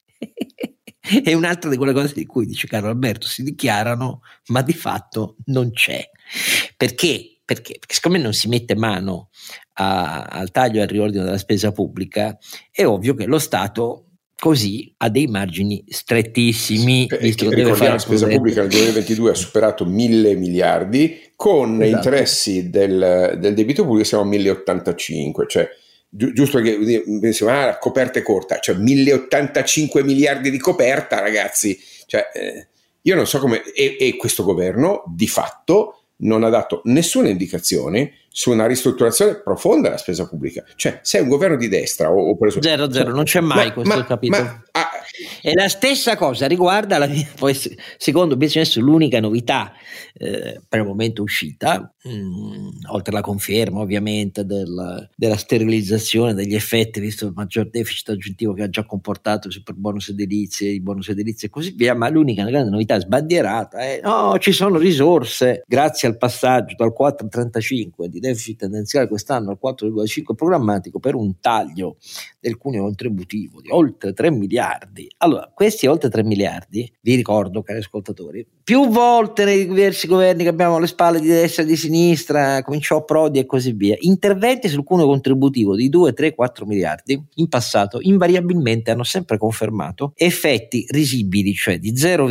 è un'altra di quelle cose di cui, dice Carlo Alberto, si dichiarano ma di fatto non c'è. Perché siccome non si mette mano al taglio e al riordino della spesa pubblica, è ovvio che lo Stato così ha dei margini strettissimi. Visto che deve fare la spesa pubblica nel 2022 ha superato 1.000 miliardi, con interessi del debito pubblico siamo a 1.085, cioè giusto che pensiamo, la coperta è corta, cioè 1.085 miliardi di coperta, ragazzi, cioè, io non so come, e questo governo di fatto non ha dato nessuna indicazione su una ristrutturazione profonda della spesa pubblica. Cioè, se è un governo di destra o preso, zero, non c'è mai questo capitolo. E la stessa cosa riguarda poi secondo Business, l'unica novità per il momento uscita, oltre alla conferma ovviamente della sterilizzazione degli effetti, visto il maggior deficit aggiuntivo che ha già comportato il super bonus edilizi, i bonus edilizi e così via, ma l'unica grande novità sbandierata è ci sono risorse grazie al passaggio dal 4,35 di deficit tendenziale quest'anno al 4,5 programmatico per un taglio del cuneo contributivo di oltre 3 miliardi. Allora, questi oltre 3 miliardi, vi ricordo, cari ascoltatori, più volte nei diversi governi che abbiamo alle spalle, di destra e di sinistra, cominciò Prodi e così via, interventi sul cuneo contributivo di 2, 3, 4 miliardi in passato invariabilmente hanno sempre confermato effetti risibili, cioè di 0,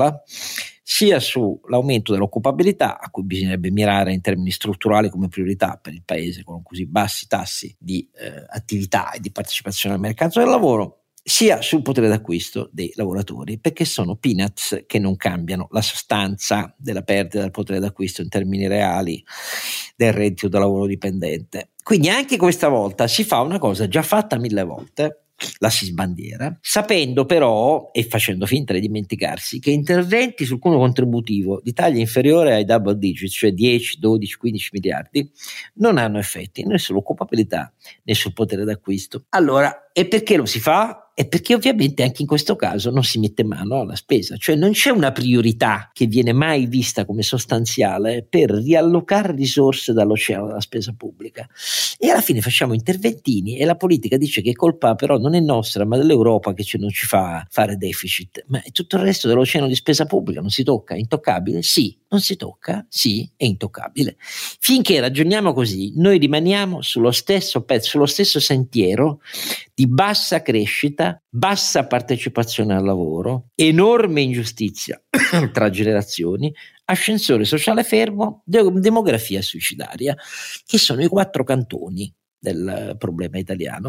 sia sull'aumento dell'occupabilità, a cui bisognerebbe mirare in termini strutturali come priorità per il paese con così bassi tassi di attività e di partecipazione al mercato del lavoro, sia sul potere d'acquisto dei lavoratori, perché sono peanuts che non cambiano la sostanza della perdita del potere d'acquisto in termini reali del reddito da lavoro dipendente. Quindi anche questa volta si fa una cosa già fatta 1000 volte, la si sbandiera, sapendo però e facendo finta di dimenticarsi che interventi sul cuneo contributivo di taglia inferiore ai double digits, cioè 10, 12, 15 miliardi, non hanno effetti né sull'occupabilità né sul potere d'acquisto. Allora, e perché lo si fa? È perché ovviamente anche in questo caso non si mette mano alla spesa, cioè non c'è una priorità che viene mai vista come sostanziale per riallocare risorse dall'oceano della spesa pubblica, e alla fine facciamo interventini e la politica dice che è colpa però non è nostra ma dell'Europa che non ci fa fare deficit, ma tutto il resto dell'oceano di spesa pubblica non si tocca, è intoccabile? Sì. Non si tocca? Sì, è intoccabile. Finché ragioniamo così, noi rimaniamo sullo stesso pezzo, sullo stesso sentiero di bassa crescita, bassa partecipazione al lavoro, enorme ingiustizia tra generazioni, ascensore sociale fermo, demografia suicidaria, che sono i 4 cantoni del problema italiano.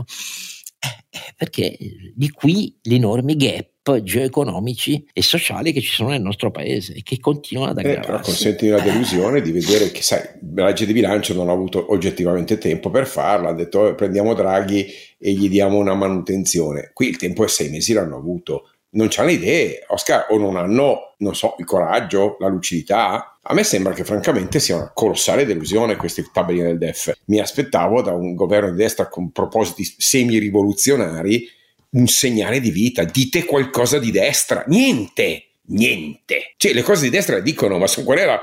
Perché di qui gli enormi gap geoeconomici e sociali che ci sono nel nostro paese e che continuano ad aggravarsi. Però consente una delusione di vedere che, sai, la legge di bilancio non ha avuto oggettivamente tempo per farla, ha detto prendiamo Draghi e gli diamo una manutenzione. Qui il tempo è 6 mesi, l'hanno avuto. Non c'hanno idee, Oscar, o non hanno, non so, il coraggio, la lucidità. A me sembra che francamente sia una colossale delusione queste tabelline del DEF. Mi aspettavo da un governo di destra con propositi semi-rivoluzionari un segnale di vita. Dite qualcosa di destra. Niente. Cioè, le cose di destra le dicono, ma sono quelle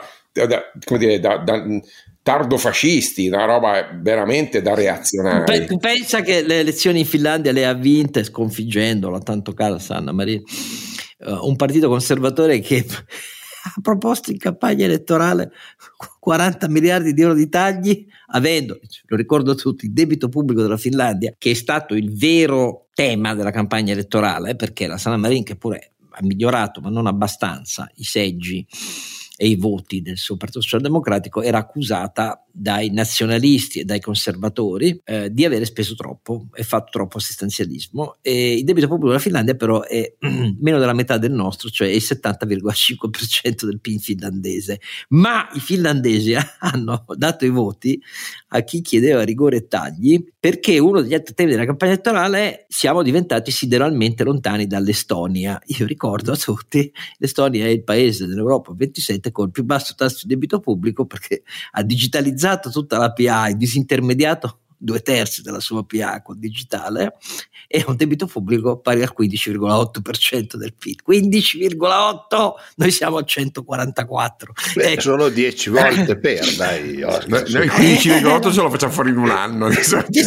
da tardofascisti, una roba veramente da reazionari. Pensa che le elezioni in Finlandia le ha vinte sconfiggendola, tanto cara Sanna Maria, un partito conservatore che ha proposto in campagna elettorale 40 miliardi di euro di tagli, avendo, lo ricordo tutti, il debito pubblico della Finlandia, che è stato il vero tema della campagna elettorale, perché la Sanna Marin, che pure ha migliorato ma non abbastanza i seggi e i voti del suo Partito Socialdemocratico, era accusata dai nazionalisti e dai conservatori di avere speso troppo e fatto troppo assistenzialismo. E il debito pubblico della Finlandia però è meno della metà del nostro, cioè il 70,5% del PIL finlandese, ma i finlandesi hanno dato i voti a chi chiedeva rigore e tagli, perché uno degli altri temi della campagna elettorale è: siamo diventati sideralmente lontani dall'Estonia. Io ricordo a tutti, l'Estonia è il paese dell'Europa 27 con il più basso tasso di debito pubblico, perché ha digitalizzato tutta la PA e disintermediato 2/3 della sua PA con digitale, e un debito pubblico pari al 15,8% del PIL. 15,8, noi siamo al 144. Ecco. Sono 10 volte per, dai. Noi 15,8 ce lo facciamo fuori in un anno. No,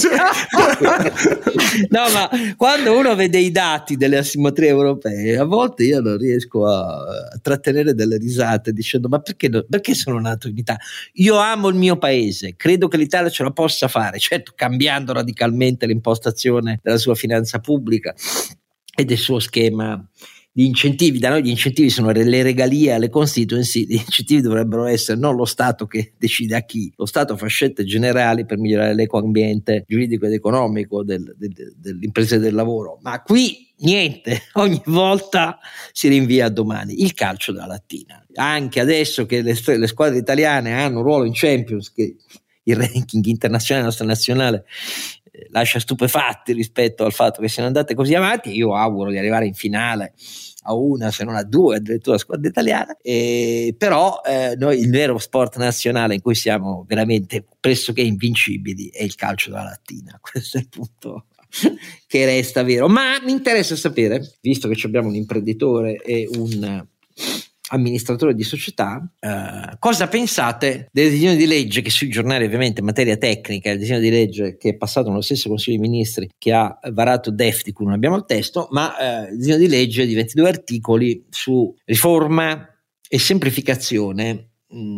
ma quando uno vede i dati delle asimmetrie europee, a volte io non riesco a trattenere delle risate dicendo: ma perché sono nato in Italia? Io amo il mio paese, credo che l'Italia ce la possa fare, certo cambiando radicalmente l'impostazione della sua finanza pubblica e del suo schema di incentivi. Da noi gli incentivi sono le regalie alle constituency, gli incentivi dovrebbero essere non lo Stato che decide a chi, lo Stato fa scelte generali per migliorare l'ecoambiente giuridico ed economico delle imprese del lavoro, ma qui niente, ogni volta si rinvia a domani. Il calcio della lattina, anche adesso che le squadre italiane hanno un ruolo in Champions, che il ranking internazionale, nostra nazionale, lascia stupefatti rispetto al fatto che siano andate così avanti. Io auguro di arrivare in finale a una, se non a due, addirittura la squadra italiana, però noi il vero sport nazionale in cui siamo veramente pressoché invincibili è il calcio della lattina. Questo è il punto che resta vero. Ma mi interessa sapere, visto che abbiamo un imprenditore e un amministratore di società, cosa pensate del disegno di legge che sui giornali, ovviamente in materia tecnica, il disegno di legge che è passato nello stesso Consiglio dei Ministri che ha varato DEF, di cui non abbiamo il testo, ma il disegno di legge di 22 articoli su riforma e semplificazione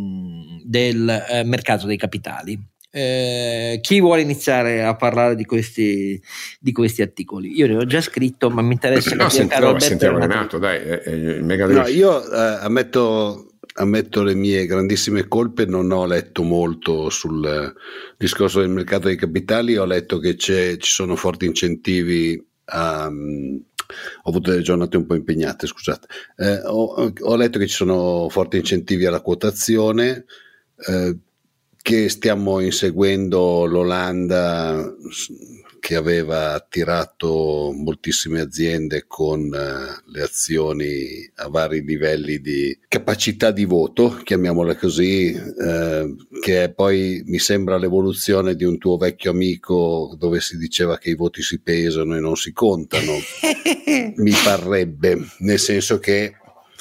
del mercato dei capitali. Chi vuole iniziare a parlare di questi articoli? Io ne ho già scritto, ma mi interessa sentiamo Renato, dai, io ammetto le mie grandissime colpe. Non ho letto molto sul discorso del mercato dei capitali. Ho letto che ci sono forti incentivi ho avuto delle giornate un po' impegnate, scusate. Ho letto che ci sono forti incentivi alla quotazione, che stiamo inseguendo l'Olanda, che aveva attirato moltissime aziende con le azioni a vari livelli di capacità di voto, chiamiamola così, che è poi, mi sembra, l'evoluzione di un tuo vecchio amico dove si diceva che i voti si pesano e non si contano. Mi parrebbe, nel senso che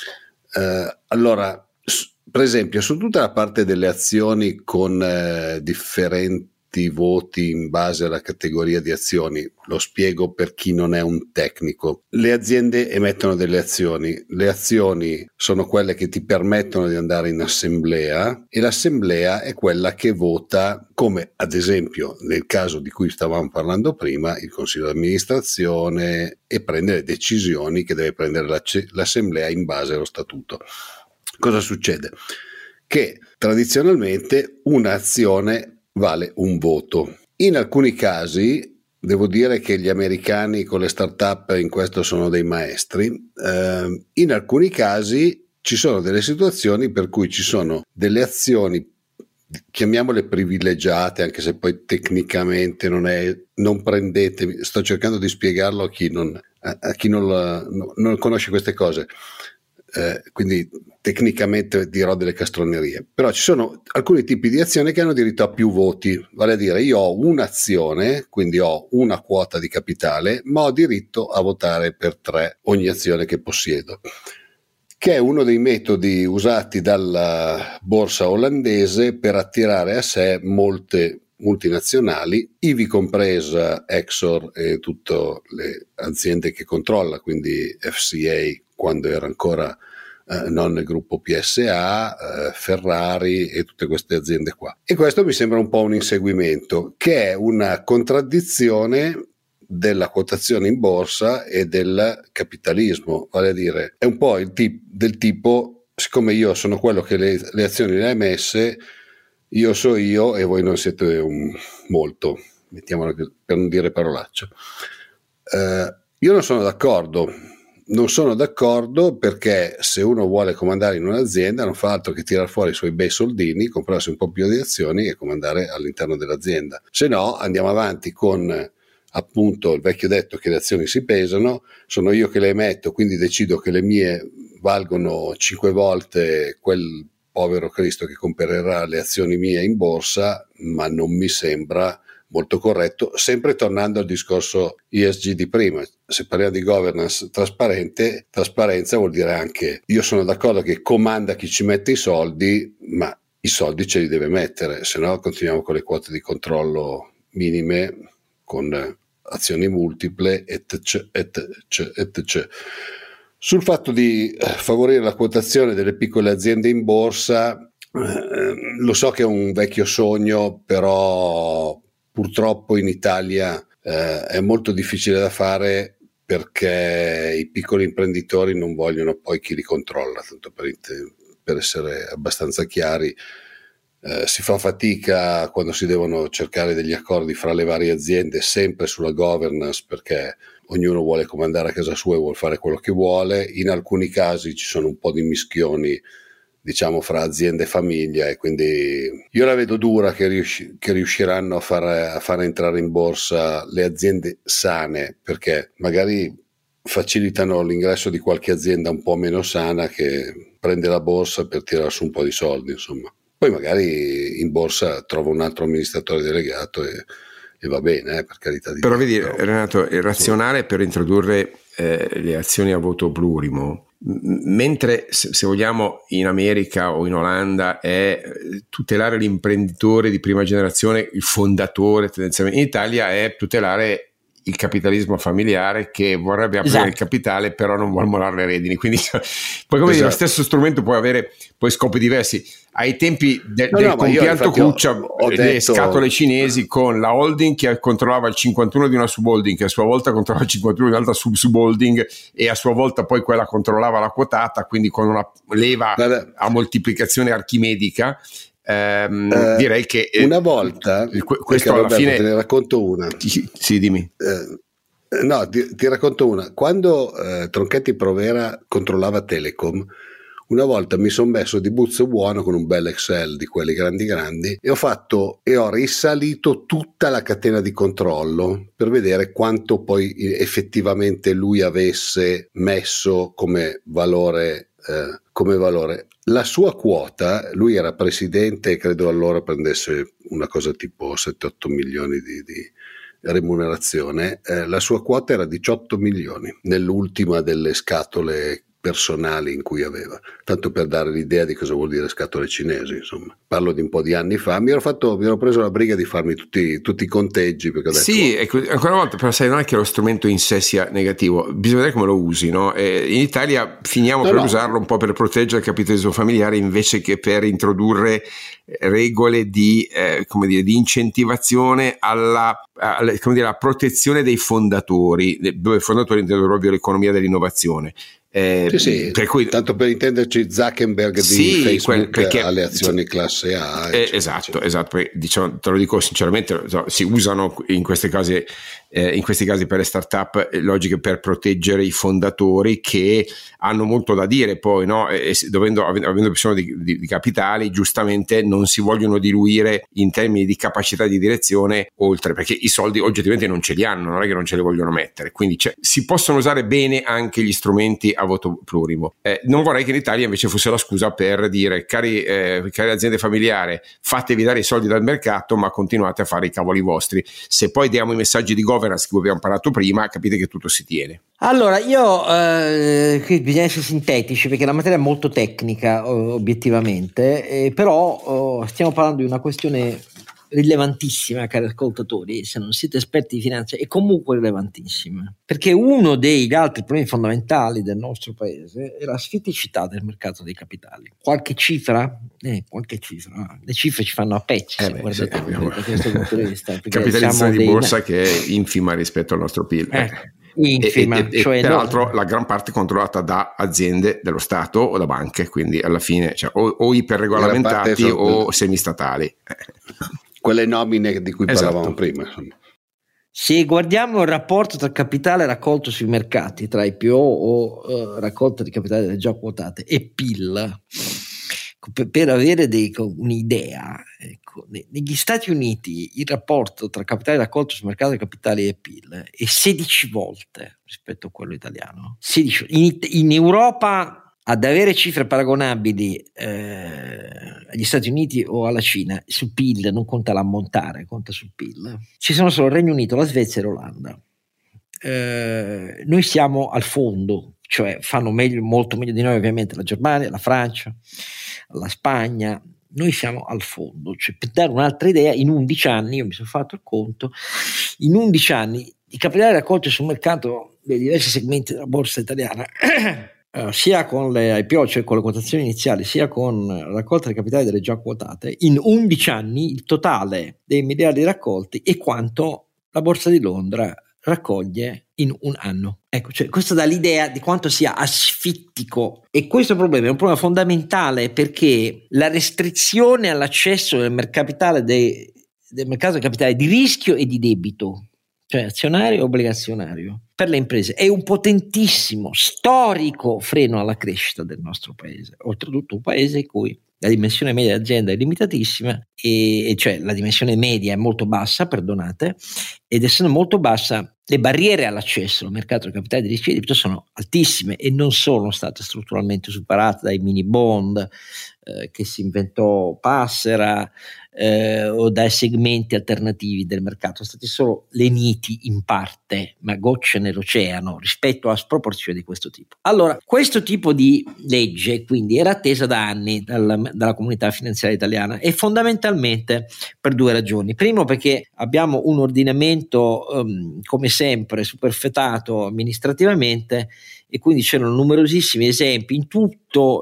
allora, per esempio, su tutta la parte delle azioni con differenti voti in base alla categoria di azioni, lo spiego per chi non è un tecnico. Le aziende emettono delle azioni, le azioni sono quelle che ti permettono di andare in assemblea, e l'assemblea è quella che vota, come ad esempio nel caso di cui stavamo parlando prima, il consiglio di amministrazione, e prende le decisioni che deve prendere l'assemblea in base allo statuto. Cosa succede? Che tradizionalmente un'azione vale un voto. In alcuni casi, devo dire che gli americani con le start-up in questo sono dei maestri, in alcuni casi ci sono delle situazioni per cui ci sono delle azioni, chiamiamole privilegiate, anche se poi tecnicamente non prendetemi, sto cercando di spiegarlo a chi non conosce queste cose. Quindi tecnicamente dirò delle castronerie, però ci sono alcuni tipi di azioni che hanno diritto a più voti, vale a dire io ho un'azione, quindi ho una quota di capitale, ma ho diritto a votare per 3 ogni azione che possiedo, che è uno dei metodi usati dalla borsa olandese per attirare a sé molte multinazionali, ivi compresa Exor e tutte le aziende che controlla, quindi FCA quando era ancora non nel gruppo PSA, Ferrari e tutte queste aziende qua. E questo mi sembra un po' un inseguimento, che è una contraddizione della quotazione in borsa e del capitalismo, vale a dire è un po' del tipo siccome io sono quello che le azioni le ha emesse, io so io e voi non siete molto, mettiamolo per non dire parolacce. Io non sono d'accordo perché se uno vuole comandare in un'azienda non fa altro che tirare fuori i suoi bei soldini, comprarsi un po' più di azioni e comandare all'interno dell'azienda. Se no andiamo avanti con appunto il vecchio detto che le azioni si pesano, sono io che le emetto, quindi decido che le mie valgono 5 volte quel povero Cristo che comprerà le azioni mie in borsa, ma non mi sembra molto corretto, sempre tornando al discorso ESG di prima. Se parliamo di governance trasparenza vuol dire anche io sono d'accordo che comanda chi ci mette i soldi, ma i soldi ce li deve mettere, se no continuiamo con le quote di controllo minime, con azioni multiple, etc. Sul fatto di favorire la quotazione delle piccole aziende in borsa, lo so che è un vecchio sogno, però purtroppo in Italia è molto difficile da fare perché i piccoli imprenditori non vogliono poi chi li controlla, tanto per essere abbastanza chiari. Si fa fatica quando si devono cercare degli accordi fra le varie aziende, sempre sulla governance, perché ognuno vuole comandare a casa sua e vuole fare quello che vuole. In alcuni casi ci sono un po' di mischioni, diciamo, fra aziende e famiglia, e quindi io la vedo dura che riusciranno a fare entrare in borsa le aziende sane, perché magari facilitano l'ingresso di qualche azienda un po' meno sana che prende la borsa per tirare su un po' di soldi, insomma. Poi magari in borsa trova un altro amministratore delegato e va bene, per carità di Dio. Però vedi, Renato, il razionale per introdurre le azioni a voto plurimo, mentre se vogliamo in America o in Olanda è tutelare l'imprenditore di prima generazione, il fondatore tendenzialmente, in Italia è tutelare il capitalismo familiare che vorrebbe aprire il capitale però non vuole mollare le redini, quindi poi come dire, lo stesso strumento può avere poi scopi diversi. Ai tempi del compianto Cuccia, le scatole cinesi con la holding che controllava il 51 di una subholding, che a sua volta controllava il 51 di un'altra subholding, e a sua volta poi quella controllava la quotata, quindi con una leva a moltiplicazione archimedica. Direi che una volta questo alla fine te ne racconto una. Sì, dimmi. No, ti racconto una. Quando Tronchetti Provera controllava Telecom, una volta mi sono messo di buzzo buono con un bel Excel di quelli grandi e ho risalito tutta la catena di controllo per vedere quanto poi effettivamente lui avesse messo come valore. La sua quota, lui era presidente e credo allora prendesse una cosa tipo 7-8 milioni di remunerazione, la sua quota era 18 milioni nell'ultima delle scatole personali in cui aveva, tanto per dare l'idea di cosa vuol dire scatole cinesi, insomma. Parlo di un po' di anni fa, mi ero preso la briga di farmi tutti i conteggi, perché ho detto, sì, ecco, ancora una volta, però sai, non è che lo strumento in sé sia negativo, bisogna vedere come lo usi, no? In Italia finiamo per usarlo un po' per proteggere il capitalismo familiare invece che per introdurre regole di incentivazione alla protezione dei fondatori, dove fondatori intendono proprio l'economia dell'innovazione. Sì, per cui, tanto per intenderci Zuckerberg di Facebook perché, alle azioni classe A, esatto, diciamo, te lo dico sinceramente, si usano in questi casi per le start-up logiche per proteggere i fondatori che hanno molto da dire poi, no? E avendo bisogno di capitali, giustamente non si vogliono diluire in termini di capacità di direzione oltre, perché i soldi oggettivamente non ce li hanno, non è che non ce li vogliono mettere, quindi si possono usare bene anche gli strumenti a voto plurimo. Non vorrei che in Italia invece fosse la scusa per dire cari aziende familiari, fatevi dare i soldi dal mercato ma continuate a fare i cavoli vostri. Se poi diamo i messaggi di governance che abbiamo parlato prima, capite che tutto si tiene. Allora io qui bisogna essere sintetici perché la materia è molto tecnica obiettivamente, però stiamo parlando di una questione rilevantissima, cari ascoltatori. Se non siete esperti di finanza è comunque rilevantissima, perché uno degli altri problemi fondamentali del nostro paese è la sfiticità del mercato dei capitali. Qualche cifra? Le cifre ci fanno a pezzi, guardate, da questo punto di vista, capitalizzazione di borsa che è infima rispetto al nostro PIL. infima, e cioè peraltro la gran parte controllata da aziende dello Stato o da banche, quindi alla fine o iperregolamentati o semistatali. Quelle nomine di cui parlavamo prima. Se guardiamo il rapporto tra capitale raccolto sui mercati, tra IPO o raccolta di capitale delle già quotate e PIL, per avere un'idea, ecco, negli Stati Uniti il rapporto tra capitale raccolto sul mercato dei capitali e PIL è 16 volte rispetto a quello italiano. 16. In Europa, ad avere cifre paragonabili agli Stati Uniti o alla Cina, sul PIL non conta l'ammontare, conta sul PIL. Ci sono solo il Regno Unito, la Svezia e l'Olanda. Noi siamo al fondo, cioè fanno meglio, molto meglio di noi ovviamente la Germania, la Francia, la Spagna. Noi siamo al fondo, cioè, per dare un'altra idea, in 11 anni, io mi sono fatto il conto, in 11 anni i capitali raccolti sul mercato dei diversi segmenti della borsa italiana sia con le IPO, cioè con le quotazioni iniziali, sia con la raccolta dei capitali delle già quotate, in 11 anni il totale dei miliardi raccolti è quanto la borsa di Londra raccoglie in un anno. Ecco, cioè, questo dà l'idea di quanto sia asfittico, e questo problema è un problema fondamentale, perché la restrizione all'accesso del mercato dei capitali di rischio e di debito, cioè azionario e obbligazionario, per le imprese è un potentissimo, storico freno alla crescita del nostro paese, oltretutto un paese in cui la dimensione media dell'azienda è limitatissima, e cioè la dimensione media è molto bassa, perdonate, ed essendo molto bassa le barriere all'accesso al mercato del capitale di rischio e di debito sono altissime e non sono state strutturalmente superate dai mini bond che si inventò Passera o dai segmenti alternativi del mercato. Sono stati solo leniti in parte, ma gocce nell'oceano rispetto a sproporzioni di questo tipo. Allora, questo tipo di legge quindi era attesa da anni dalla comunità finanziaria italiana, e fondamentalmente per due ragioni. Primo, perché abbiamo un ordinamento come sempre superfetato amministrativamente, e quindi c'erano numerosissimi esempi in tutto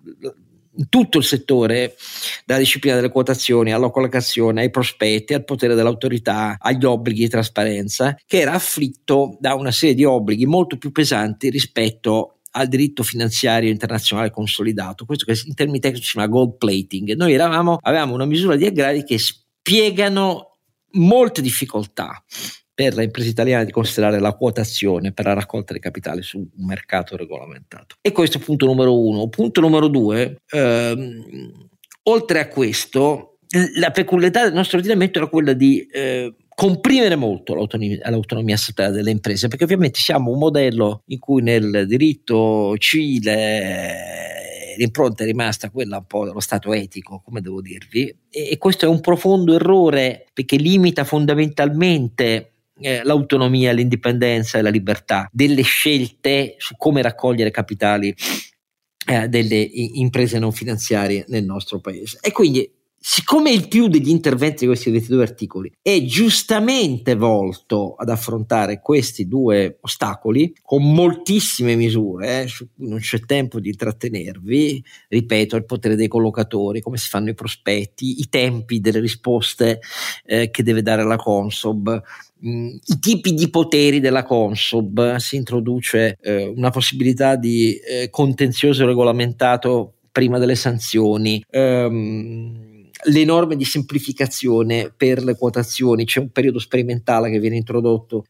il settore, dalla disciplina delle quotazioni alla collocazione, ai prospetti, al potere dell'autorità, agli obblighi di trasparenza, che era afflitto da una serie di obblighi molto più pesanti rispetto al diritto finanziario internazionale consolidato, questo che in termini tecnici si chiama gold plating. Noi avevamo una misura di aggravio che spiegano molte difficoltà per le imprese italiane di considerare la quotazione per la raccolta di capitali su un mercato regolamentato. E questo è punto numero uno. Punto numero due, oltre a questo, la peculiarità del nostro ordinamento era quella di comprimere molto l'autonomia statale delle imprese, perché ovviamente siamo un modello in cui nel diritto civile l'impronta è rimasta quella un po' dello stato etico, come devo dirvi, e questo è un profondo errore, perché limita fondamentalmente l'autonomia, l'indipendenza e la libertà delle scelte su come raccogliere capitali delle imprese non finanziarie nel nostro paese. E quindi, siccome il più degli interventi di questi 22 articoli è giustamente volto ad affrontare questi due ostacoli, con moltissime misure su cui non c'è tempo di trattenervi, ripeto, il potere dei collocatori, come si fanno i prospetti, i tempi delle risposte che deve dare la Consob, i tipi di poteri della Consob, si introduce una possibilità di contenzioso regolamentato prima delle sanzioni, le norme di semplificazione per le quotazioni, c'è un periodo sperimentale che viene introdotto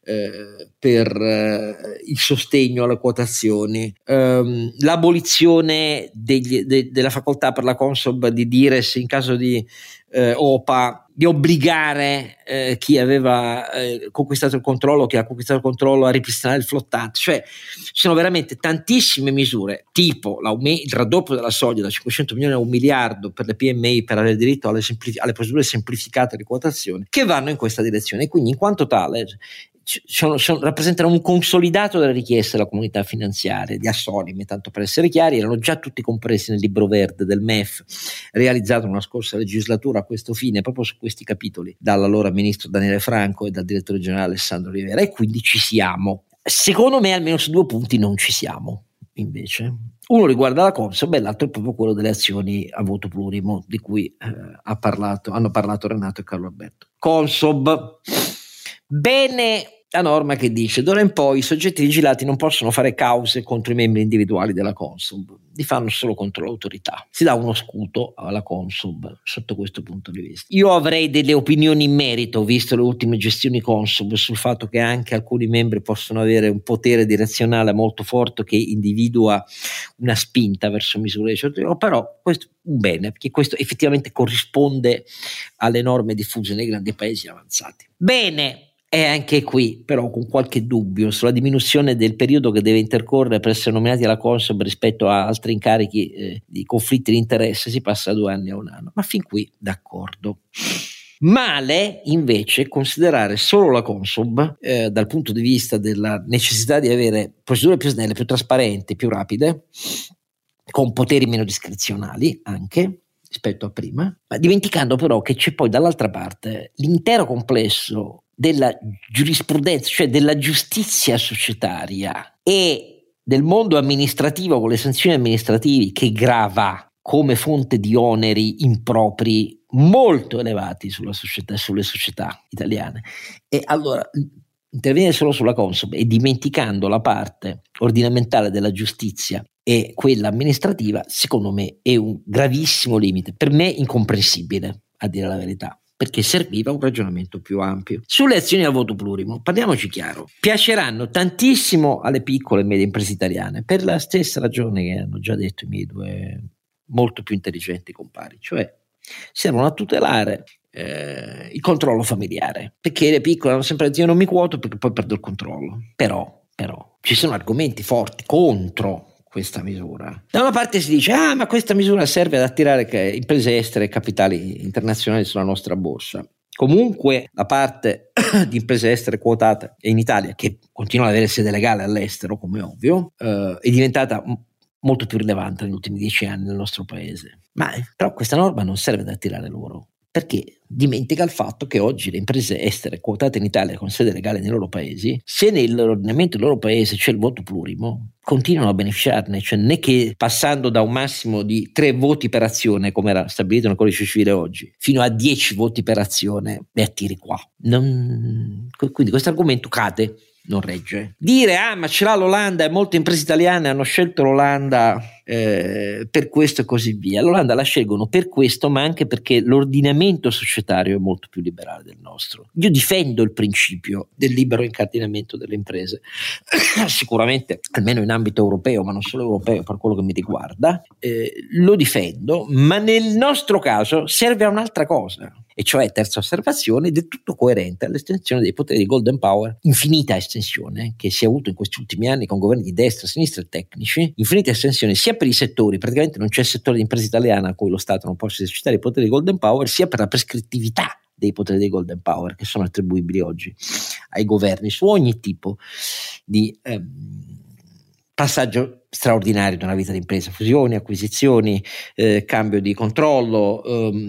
per il sostegno alle quotazioni, l'abolizione della facoltà per la Consob di dire se in caso di OPA di obbligare chi aveva conquistato il controllo, chi ha conquistato il controllo, a ripristinare il flottante. Cioè ci sono veramente tantissime misure, tipo il raddoppio della soglia da 500 milioni a 1 miliardo per le PMI per avere diritto alle procedure semplificate di quotazione, che vanno in questa direzione, e quindi in quanto tale rappresentano un consolidato delle richieste della comunità finanziaria, di Assolimi, tanto per essere chiari, erano già tutti compresi nel libro verde del MEF realizzato nella scorsa legislatura a questo fine, proprio su questi capitoli, dall'allora ministro Daniele Franco e dal direttore generale Alessandro Rivera, e quindi ci siamo. Secondo me almeno su due punti non ci siamo, invece. Uno riguarda la Consob e l'altro è proprio quello delle azioni a voto plurimo, di cui hanno parlato Renato e Carlo Alberto. Consob, bene la norma che dice: d'ora in poi i soggetti vigilati non possono fare cause contro i membri individuali della Consob, li fanno solo contro l'autorità. Si dà uno scudo alla Consob sotto questo punto di vista. Io avrei delle opinioni in merito, visto le ultime gestioni Consob, sul fatto che anche alcuni membri possono avere un potere direzionale molto forte che individua una spinta verso misure di certo tipo, però questo è un bene, perché questo effettivamente corrisponde alle norme diffuse nei grandi paesi avanzati. Bene. E anche qui però con qualche dubbio sulla diminuzione del periodo che deve intercorrere per essere nominati alla Consob rispetto a altri incarichi di conflitti di interesse, si passa da 2 anni a 1 anno, ma fin qui d'accordo. Male invece considerare solo la Consob dal punto di vista della necessità di avere procedure più snelle, più trasparenti, più rapide, con poteri meno discrezionali anche rispetto a prima, ma dimenticando però che c'è poi dall'altra parte l'intero complesso della giurisprudenza, cioè della giustizia societaria e del mondo amministrativo con le sanzioni amministrativi, che grava come fonte di oneri impropri molto elevati sulla società, sulle società italiane. E allora intervenire solo sulla Consob e dimenticando la parte ordinamentale della giustizia e quella amministrativa, secondo me è un gravissimo limite, per me incomprensibile, a dire la verità, perché serviva un ragionamento più ampio. Sulle azioni a voto plurimo, parliamoci chiaro, piaceranno tantissimo alle piccole e medie imprese italiane, per la stessa ragione che hanno già detto i miei 2 molto più intelligenti compari, cioè servono a tutelare il controllo familiare, perché le piccole hanno sempre detto: io non mi quoto perché poi perdo il controllo. Però ci sono argomenti forti contro questa misura. Da una parte si dice: ma questa misura serve ad attirare imprese estere e capitali internazionali sulla nostra borsa. Comunque la parte di imprese estere quotate in Italia, che continua ad avere sede legale all'estero, come ovvio, è diventata molto più rilevante negli ultimi 10 anni nel nostro paese. Ma però questa norma non serve ad attirare loro, perché dimentica il fatto che oggi le imprese estere quotate in Italia con sede legale nei loro paesi, se nell'ordinamento del loro paese c'è il voto plurimo, continuano a beneficiarne, cioè non è che passando da un massimo di 3 voti per azione, come era stabilito nel codice civile oggi, fino a 10 voti per azione, li attiri qua. Quindi questo argomento cade, non regge. Dire: ma ce l'ha l'Olanda e molte imprese italiane hanno scelto l'Olanda per questo e così via. L'Olanda la scelgono per questo, ma anche perché l'ordinamento societario è molto più liberale del nostro. Io difendo il principio del libero incardinamento delle imprese, sicuramente almeno in ambito europeo, ma non solo europeo, per quello che mi riguarda, lo difendo, ma nel nostro caso serve a un'altra cosa, e cioè, terza osservazione, del tutto coerente all'estensione dei poteri di Golden Power, infinita estensione che si è avuto in questi ultimi anni con governi di destra, sinistra e tecnici, infinita estensione sia per i settori, praticamente non c'è settore di impresa italiana a cui lo Stato non possa esercitare i poteri di Golden Power, sia per la prescrittività dei poteri dei Golden Power che sono attribuibili oggi ai governi su ogni tipo di passaggio straordinario di una vita di impresa, fusioni, acquisizioni, cambio di controllo,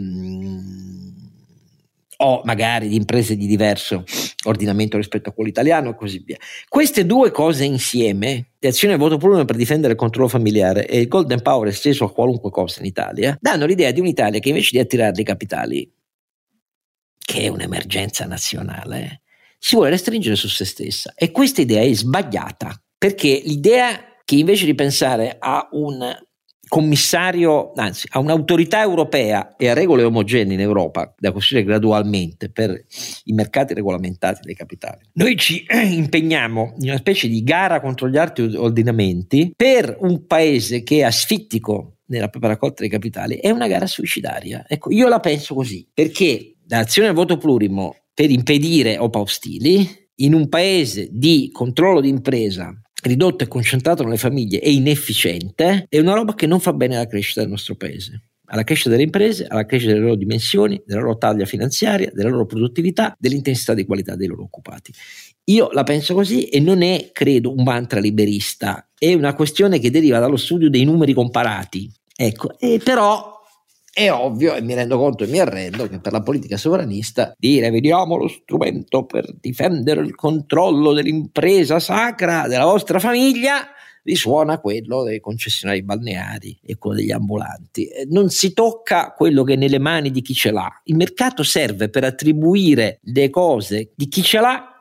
o magari di imprese di diverso ordinamento rispetto a quello italiano e così via. Queste 2 cose insieme, le azioni a voto plurimo per difendere il controllo familiare e il Golden Power esteso a qualunque cosa in Italia, danno l'idea di un'Italia che invece di attirare i capitali, che è un'emergenza nazionale, si vuole restringere su se stessa. E questa idea è sbagliata, perché l'idea che invece di pensare a un commissario, anzi a un'autorità europea e a regole omogenee in Europa da costruire gradualmente per i mercati regolamentati dei capitali, noi ci impegniamo in una specie di gara contro gli altri ordinamenti per un paese che è asfittico nella propria raccolta dei capitali. È una gara suicidaria. Ecco, io la penso così, perché l'azione al voto plurimo per impedire OPA ostili in un paese di controllo di impresa ridotto e concentrato nelle famiglie e inefficiente è una roba che non fa bene alla crescita del nostro paese, alla crescita delle imprese, alla crescita delle loro dimensioni, della loro taglia finanziaria, della loro produttività, dell'intensità di qualità dei loro occupati. Io la penso così e non è, credo, un mantra liberista, è una questione che deriva dallo studio dei numeri comparati. Ecco, però è ovvio, e mi rendo conto e mi arrendo, che per la politica sovranista dire vediamo lo strumento per difendere il controllo dell'impresa sacra della vostra famiglia risuona quello dei concessionari balneari e quello degli ambulanti. Non si tocca quello che è nelle mani di chi ce l'ha. Il mercato serve per attribuire le cose di chi ce l'ha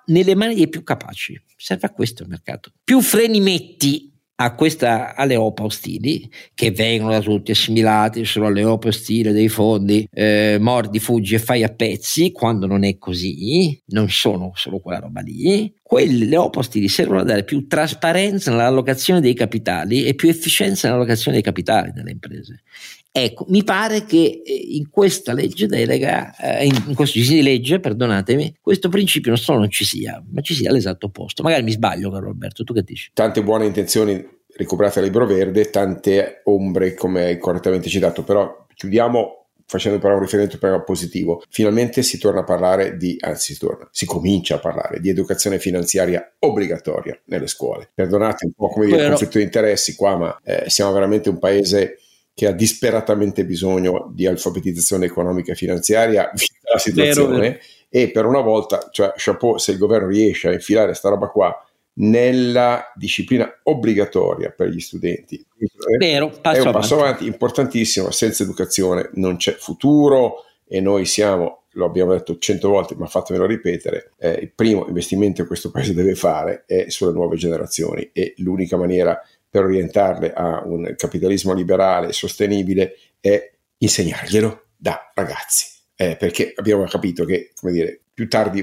nelle mani dei più capaci. Serve a questo il mercato. Più freni metti alle OPA ostili, che vengono da tutti assimilati solo alle OPA ostili dei fondi, mordi, fuggi e fai a pezzi, quando non è così, non sono solo quella roba lì. Le OPA ostili servono a dare più trasparenza nell'allocazione dei capitali e più efficienza nell'allocazione dei capitali delle imprese. Ecco, mi pare che in questa legge delega, in questo disegno di legge, perdonatemi, questo principio non solo non ci sia, ma ci sia l'esatto opposto. Magari mi sbaglio, caro Alberto, tu che dici? Tante buone intenzioni recuperate al libro verde, tante ombre, come hai correttamente citato, però chiudiamo facendo però un riferimento però positivo. Finalmente si comincia a parlare di educazione finanziaria obbligatoria nelle scuole. Perdonate un po' come dire il conflitto di interessi qua, ma siamo veramente un paese che ha disperatamente bisogno di alfabetizzazione economica e finanziaria vista la situazione. Vero. E per una volta, cioè chapeau se il governo riesce a infilare sta roba qua nella disciplina obbligatoria per gli studenti. Vero, è un passo avanti importantissimo. Senza educazione non c'è futuro e noi siamo, lo abbiamo detto 100 volte, ma fatemelo ripetere, il primo investimento che questo paese deve fare è sulle nuove generazioni, e l'unica maniera per orientarle a un capitalismo liberale sostenibile è insegnarglielo da ragazzi, perché abbiamo capito che, come dire, più tardi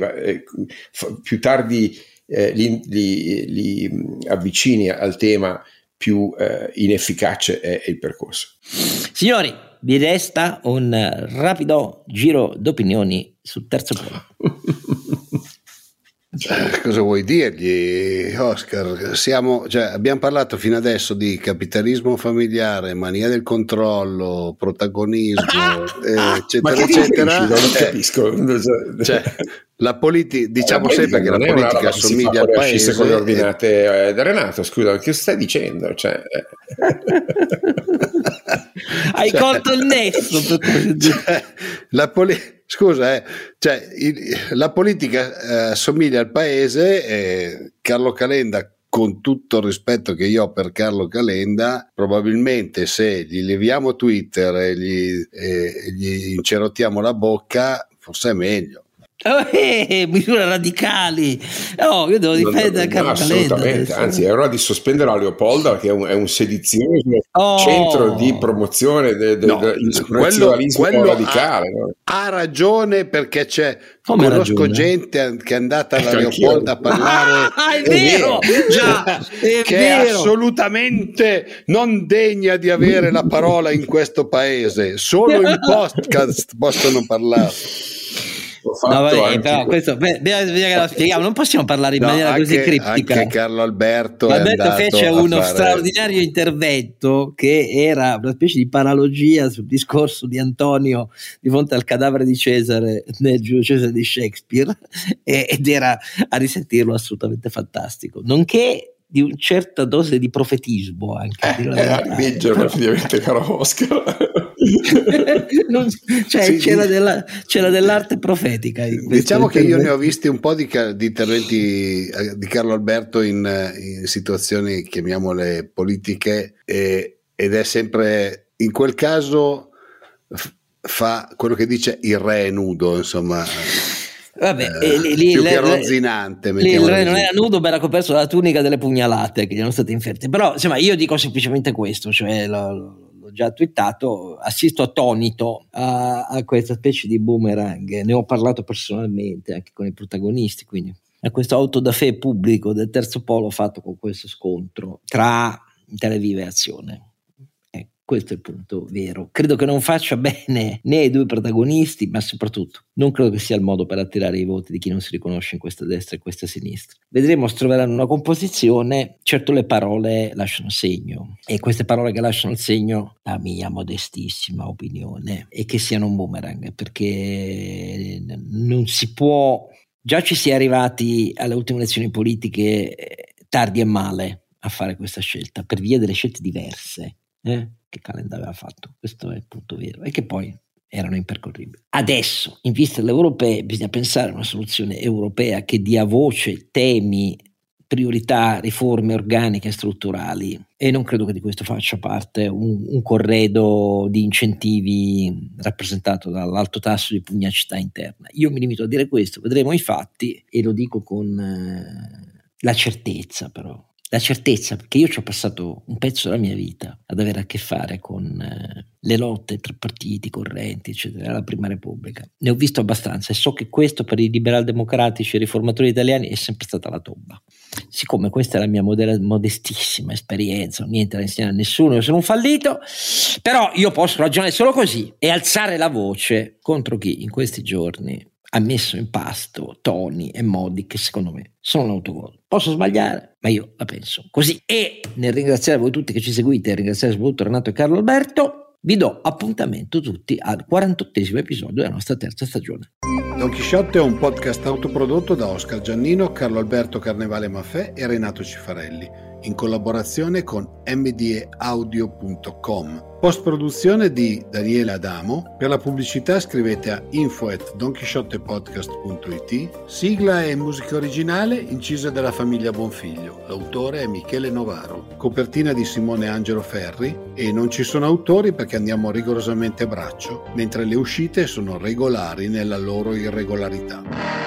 li avvicini al tema, più inefficace è il percorso. Signori, vi resta un rapido giro d'opinioni sul terzo polo. Cosa vuoi dirgli, Oscar? Abbiamo parlato fino adesso di capitalismo familiare, mania del controllo, protagonismo, eccetera, eccetera. Non capisco. La politica, diciamo sempre che la politica assomiglia al paese. Con le ordinate da Renato, scusa, che stai dicendo? Hai colto il nesso. La politica assomiglia al paese. Carlo Calenda, con tutto il rispetto che io ho per Carlo Calenda, probabilmente se gli leviamo Twitter e gli incerottiamo la bocca, forse è meglio. Misure radicali. Io devo difendere Carlo Calenda. Assolutamente, anzi è ora di sospendere la Leopolda, che è un sedizioso centro di promozione dell'insurrezionalismo radicale. Ha ragione, perché conosco gente che è andata alla Leopolda a parlare è vero, che è assolutamente non degna di avere la parola in questo paese, solo in podcast possono parlare. Però questo bisogna che lo spieghiamo, non possiamo parlare in maniera così criptica. Anche Carlo Alberto fece uno straordinario intervento che era una specie di paralogia sul discorso di Antonio di fronte al cadavere di Cesare nel Giulio Cesare di Shakespeare, ed era, a risentirlo, assolutamente fantastico, nonché di una certa dose di profetismo anche. Effettivamente, caro Oscar. C'era dell'arte profetica. Diciamo che io ne ho visti un po' di interventi di Carlo Alberto in situazioni, chiamiamole politiche, ed è sempre, in quel caso fa quello che dice il re è nudo, insomma. Vabbè, più che rozzinante. Il re non era nudo, ma era coperto dalla tunica delle pugnalate che gli erano state inferite. Però insomma, io dico semplicemente questo, cioè l'ho già twittato, assisto attonito a questa specie di boomerang. Ne ho parlato personalmente anche con i protagonisti, quindi a questo auto da fè pubblico del terzo polo fatto con questo scontro tra Televiva e Azione. Questo è il punto vero. Credo che non faccia bene né ai due protagonisti, ma soprattutto non credo che sia il modo per attirare i voti di chi non si riconosce in questa destra e questa sinistra. Vedremo se troveranno una composizione. Certo, le parole lasciano segno, e queste parole che lasciano il segno, la mia modestissima opinione, è che siano un boomerang, perché non si può, già ci si è arrivati alle ultime elezioni politiche tardi e male a fare questa scelta, per via delle scelte diverse che Calenda aveva fatto. Questo è il punto vero, e che poi erano impercorribili. Adesso, in vista delle europee, bisogna pensare a una soluzione europea che dia voce ai temi priorità, riforme organiche e strutturali, e non credo che di questo faccia parte un corredo di incentivi rappresentato dall'alto tasso di pugnacità interna. Io mi limito a dire questo, vedremo i fatti, e lo dico con la certezza, però la certezza, perché io ci ho passato un pezzo della mia vita ad avere a che fare con le lotte tra partiti, correnti, eccetera, la Prima Repubblica. Ne ho visto abbastanza e so che questo per i liberal-democratici e riformatori italiani è sempre stata la tomba. Siccome questa è la mia modestissima esperienza, ho niente da insegnare a nessuno, io sono un fallito, però io posso ragionare solo così e alzare la voce contro chi in questi giorni ha messo in pasto toni e modi che secondo me sono un autogol. Posso sbagliare, ma io la penso così. E nel ringraziare voi tutti che ci seguite, e ringraziare soprattutto Renato e Carlo Alberto, vi do appuntamento tutti al 48esimo episodio della nostra terza stagione. Don Chisciotte è un podcast autoprodotto da Oscar Giannino, Carlo Alberto Carnevale Maffè e Renato Cifarelli, in collaborazione con mdeaudio.com. Post-produzione di Daniele Adamo. Per la pubblicità scrivete a info@donchisciottepodcast.it. Sigla e musica originale incisa dalla famiglia Bonfiglio. L'autore è Michele Novaro. Copertina di Simone Angelo Ferri, e non ci sono autori perché andiamo rigorosamente a braccio, mentre le uscite sono regolari nella loro irregolarità.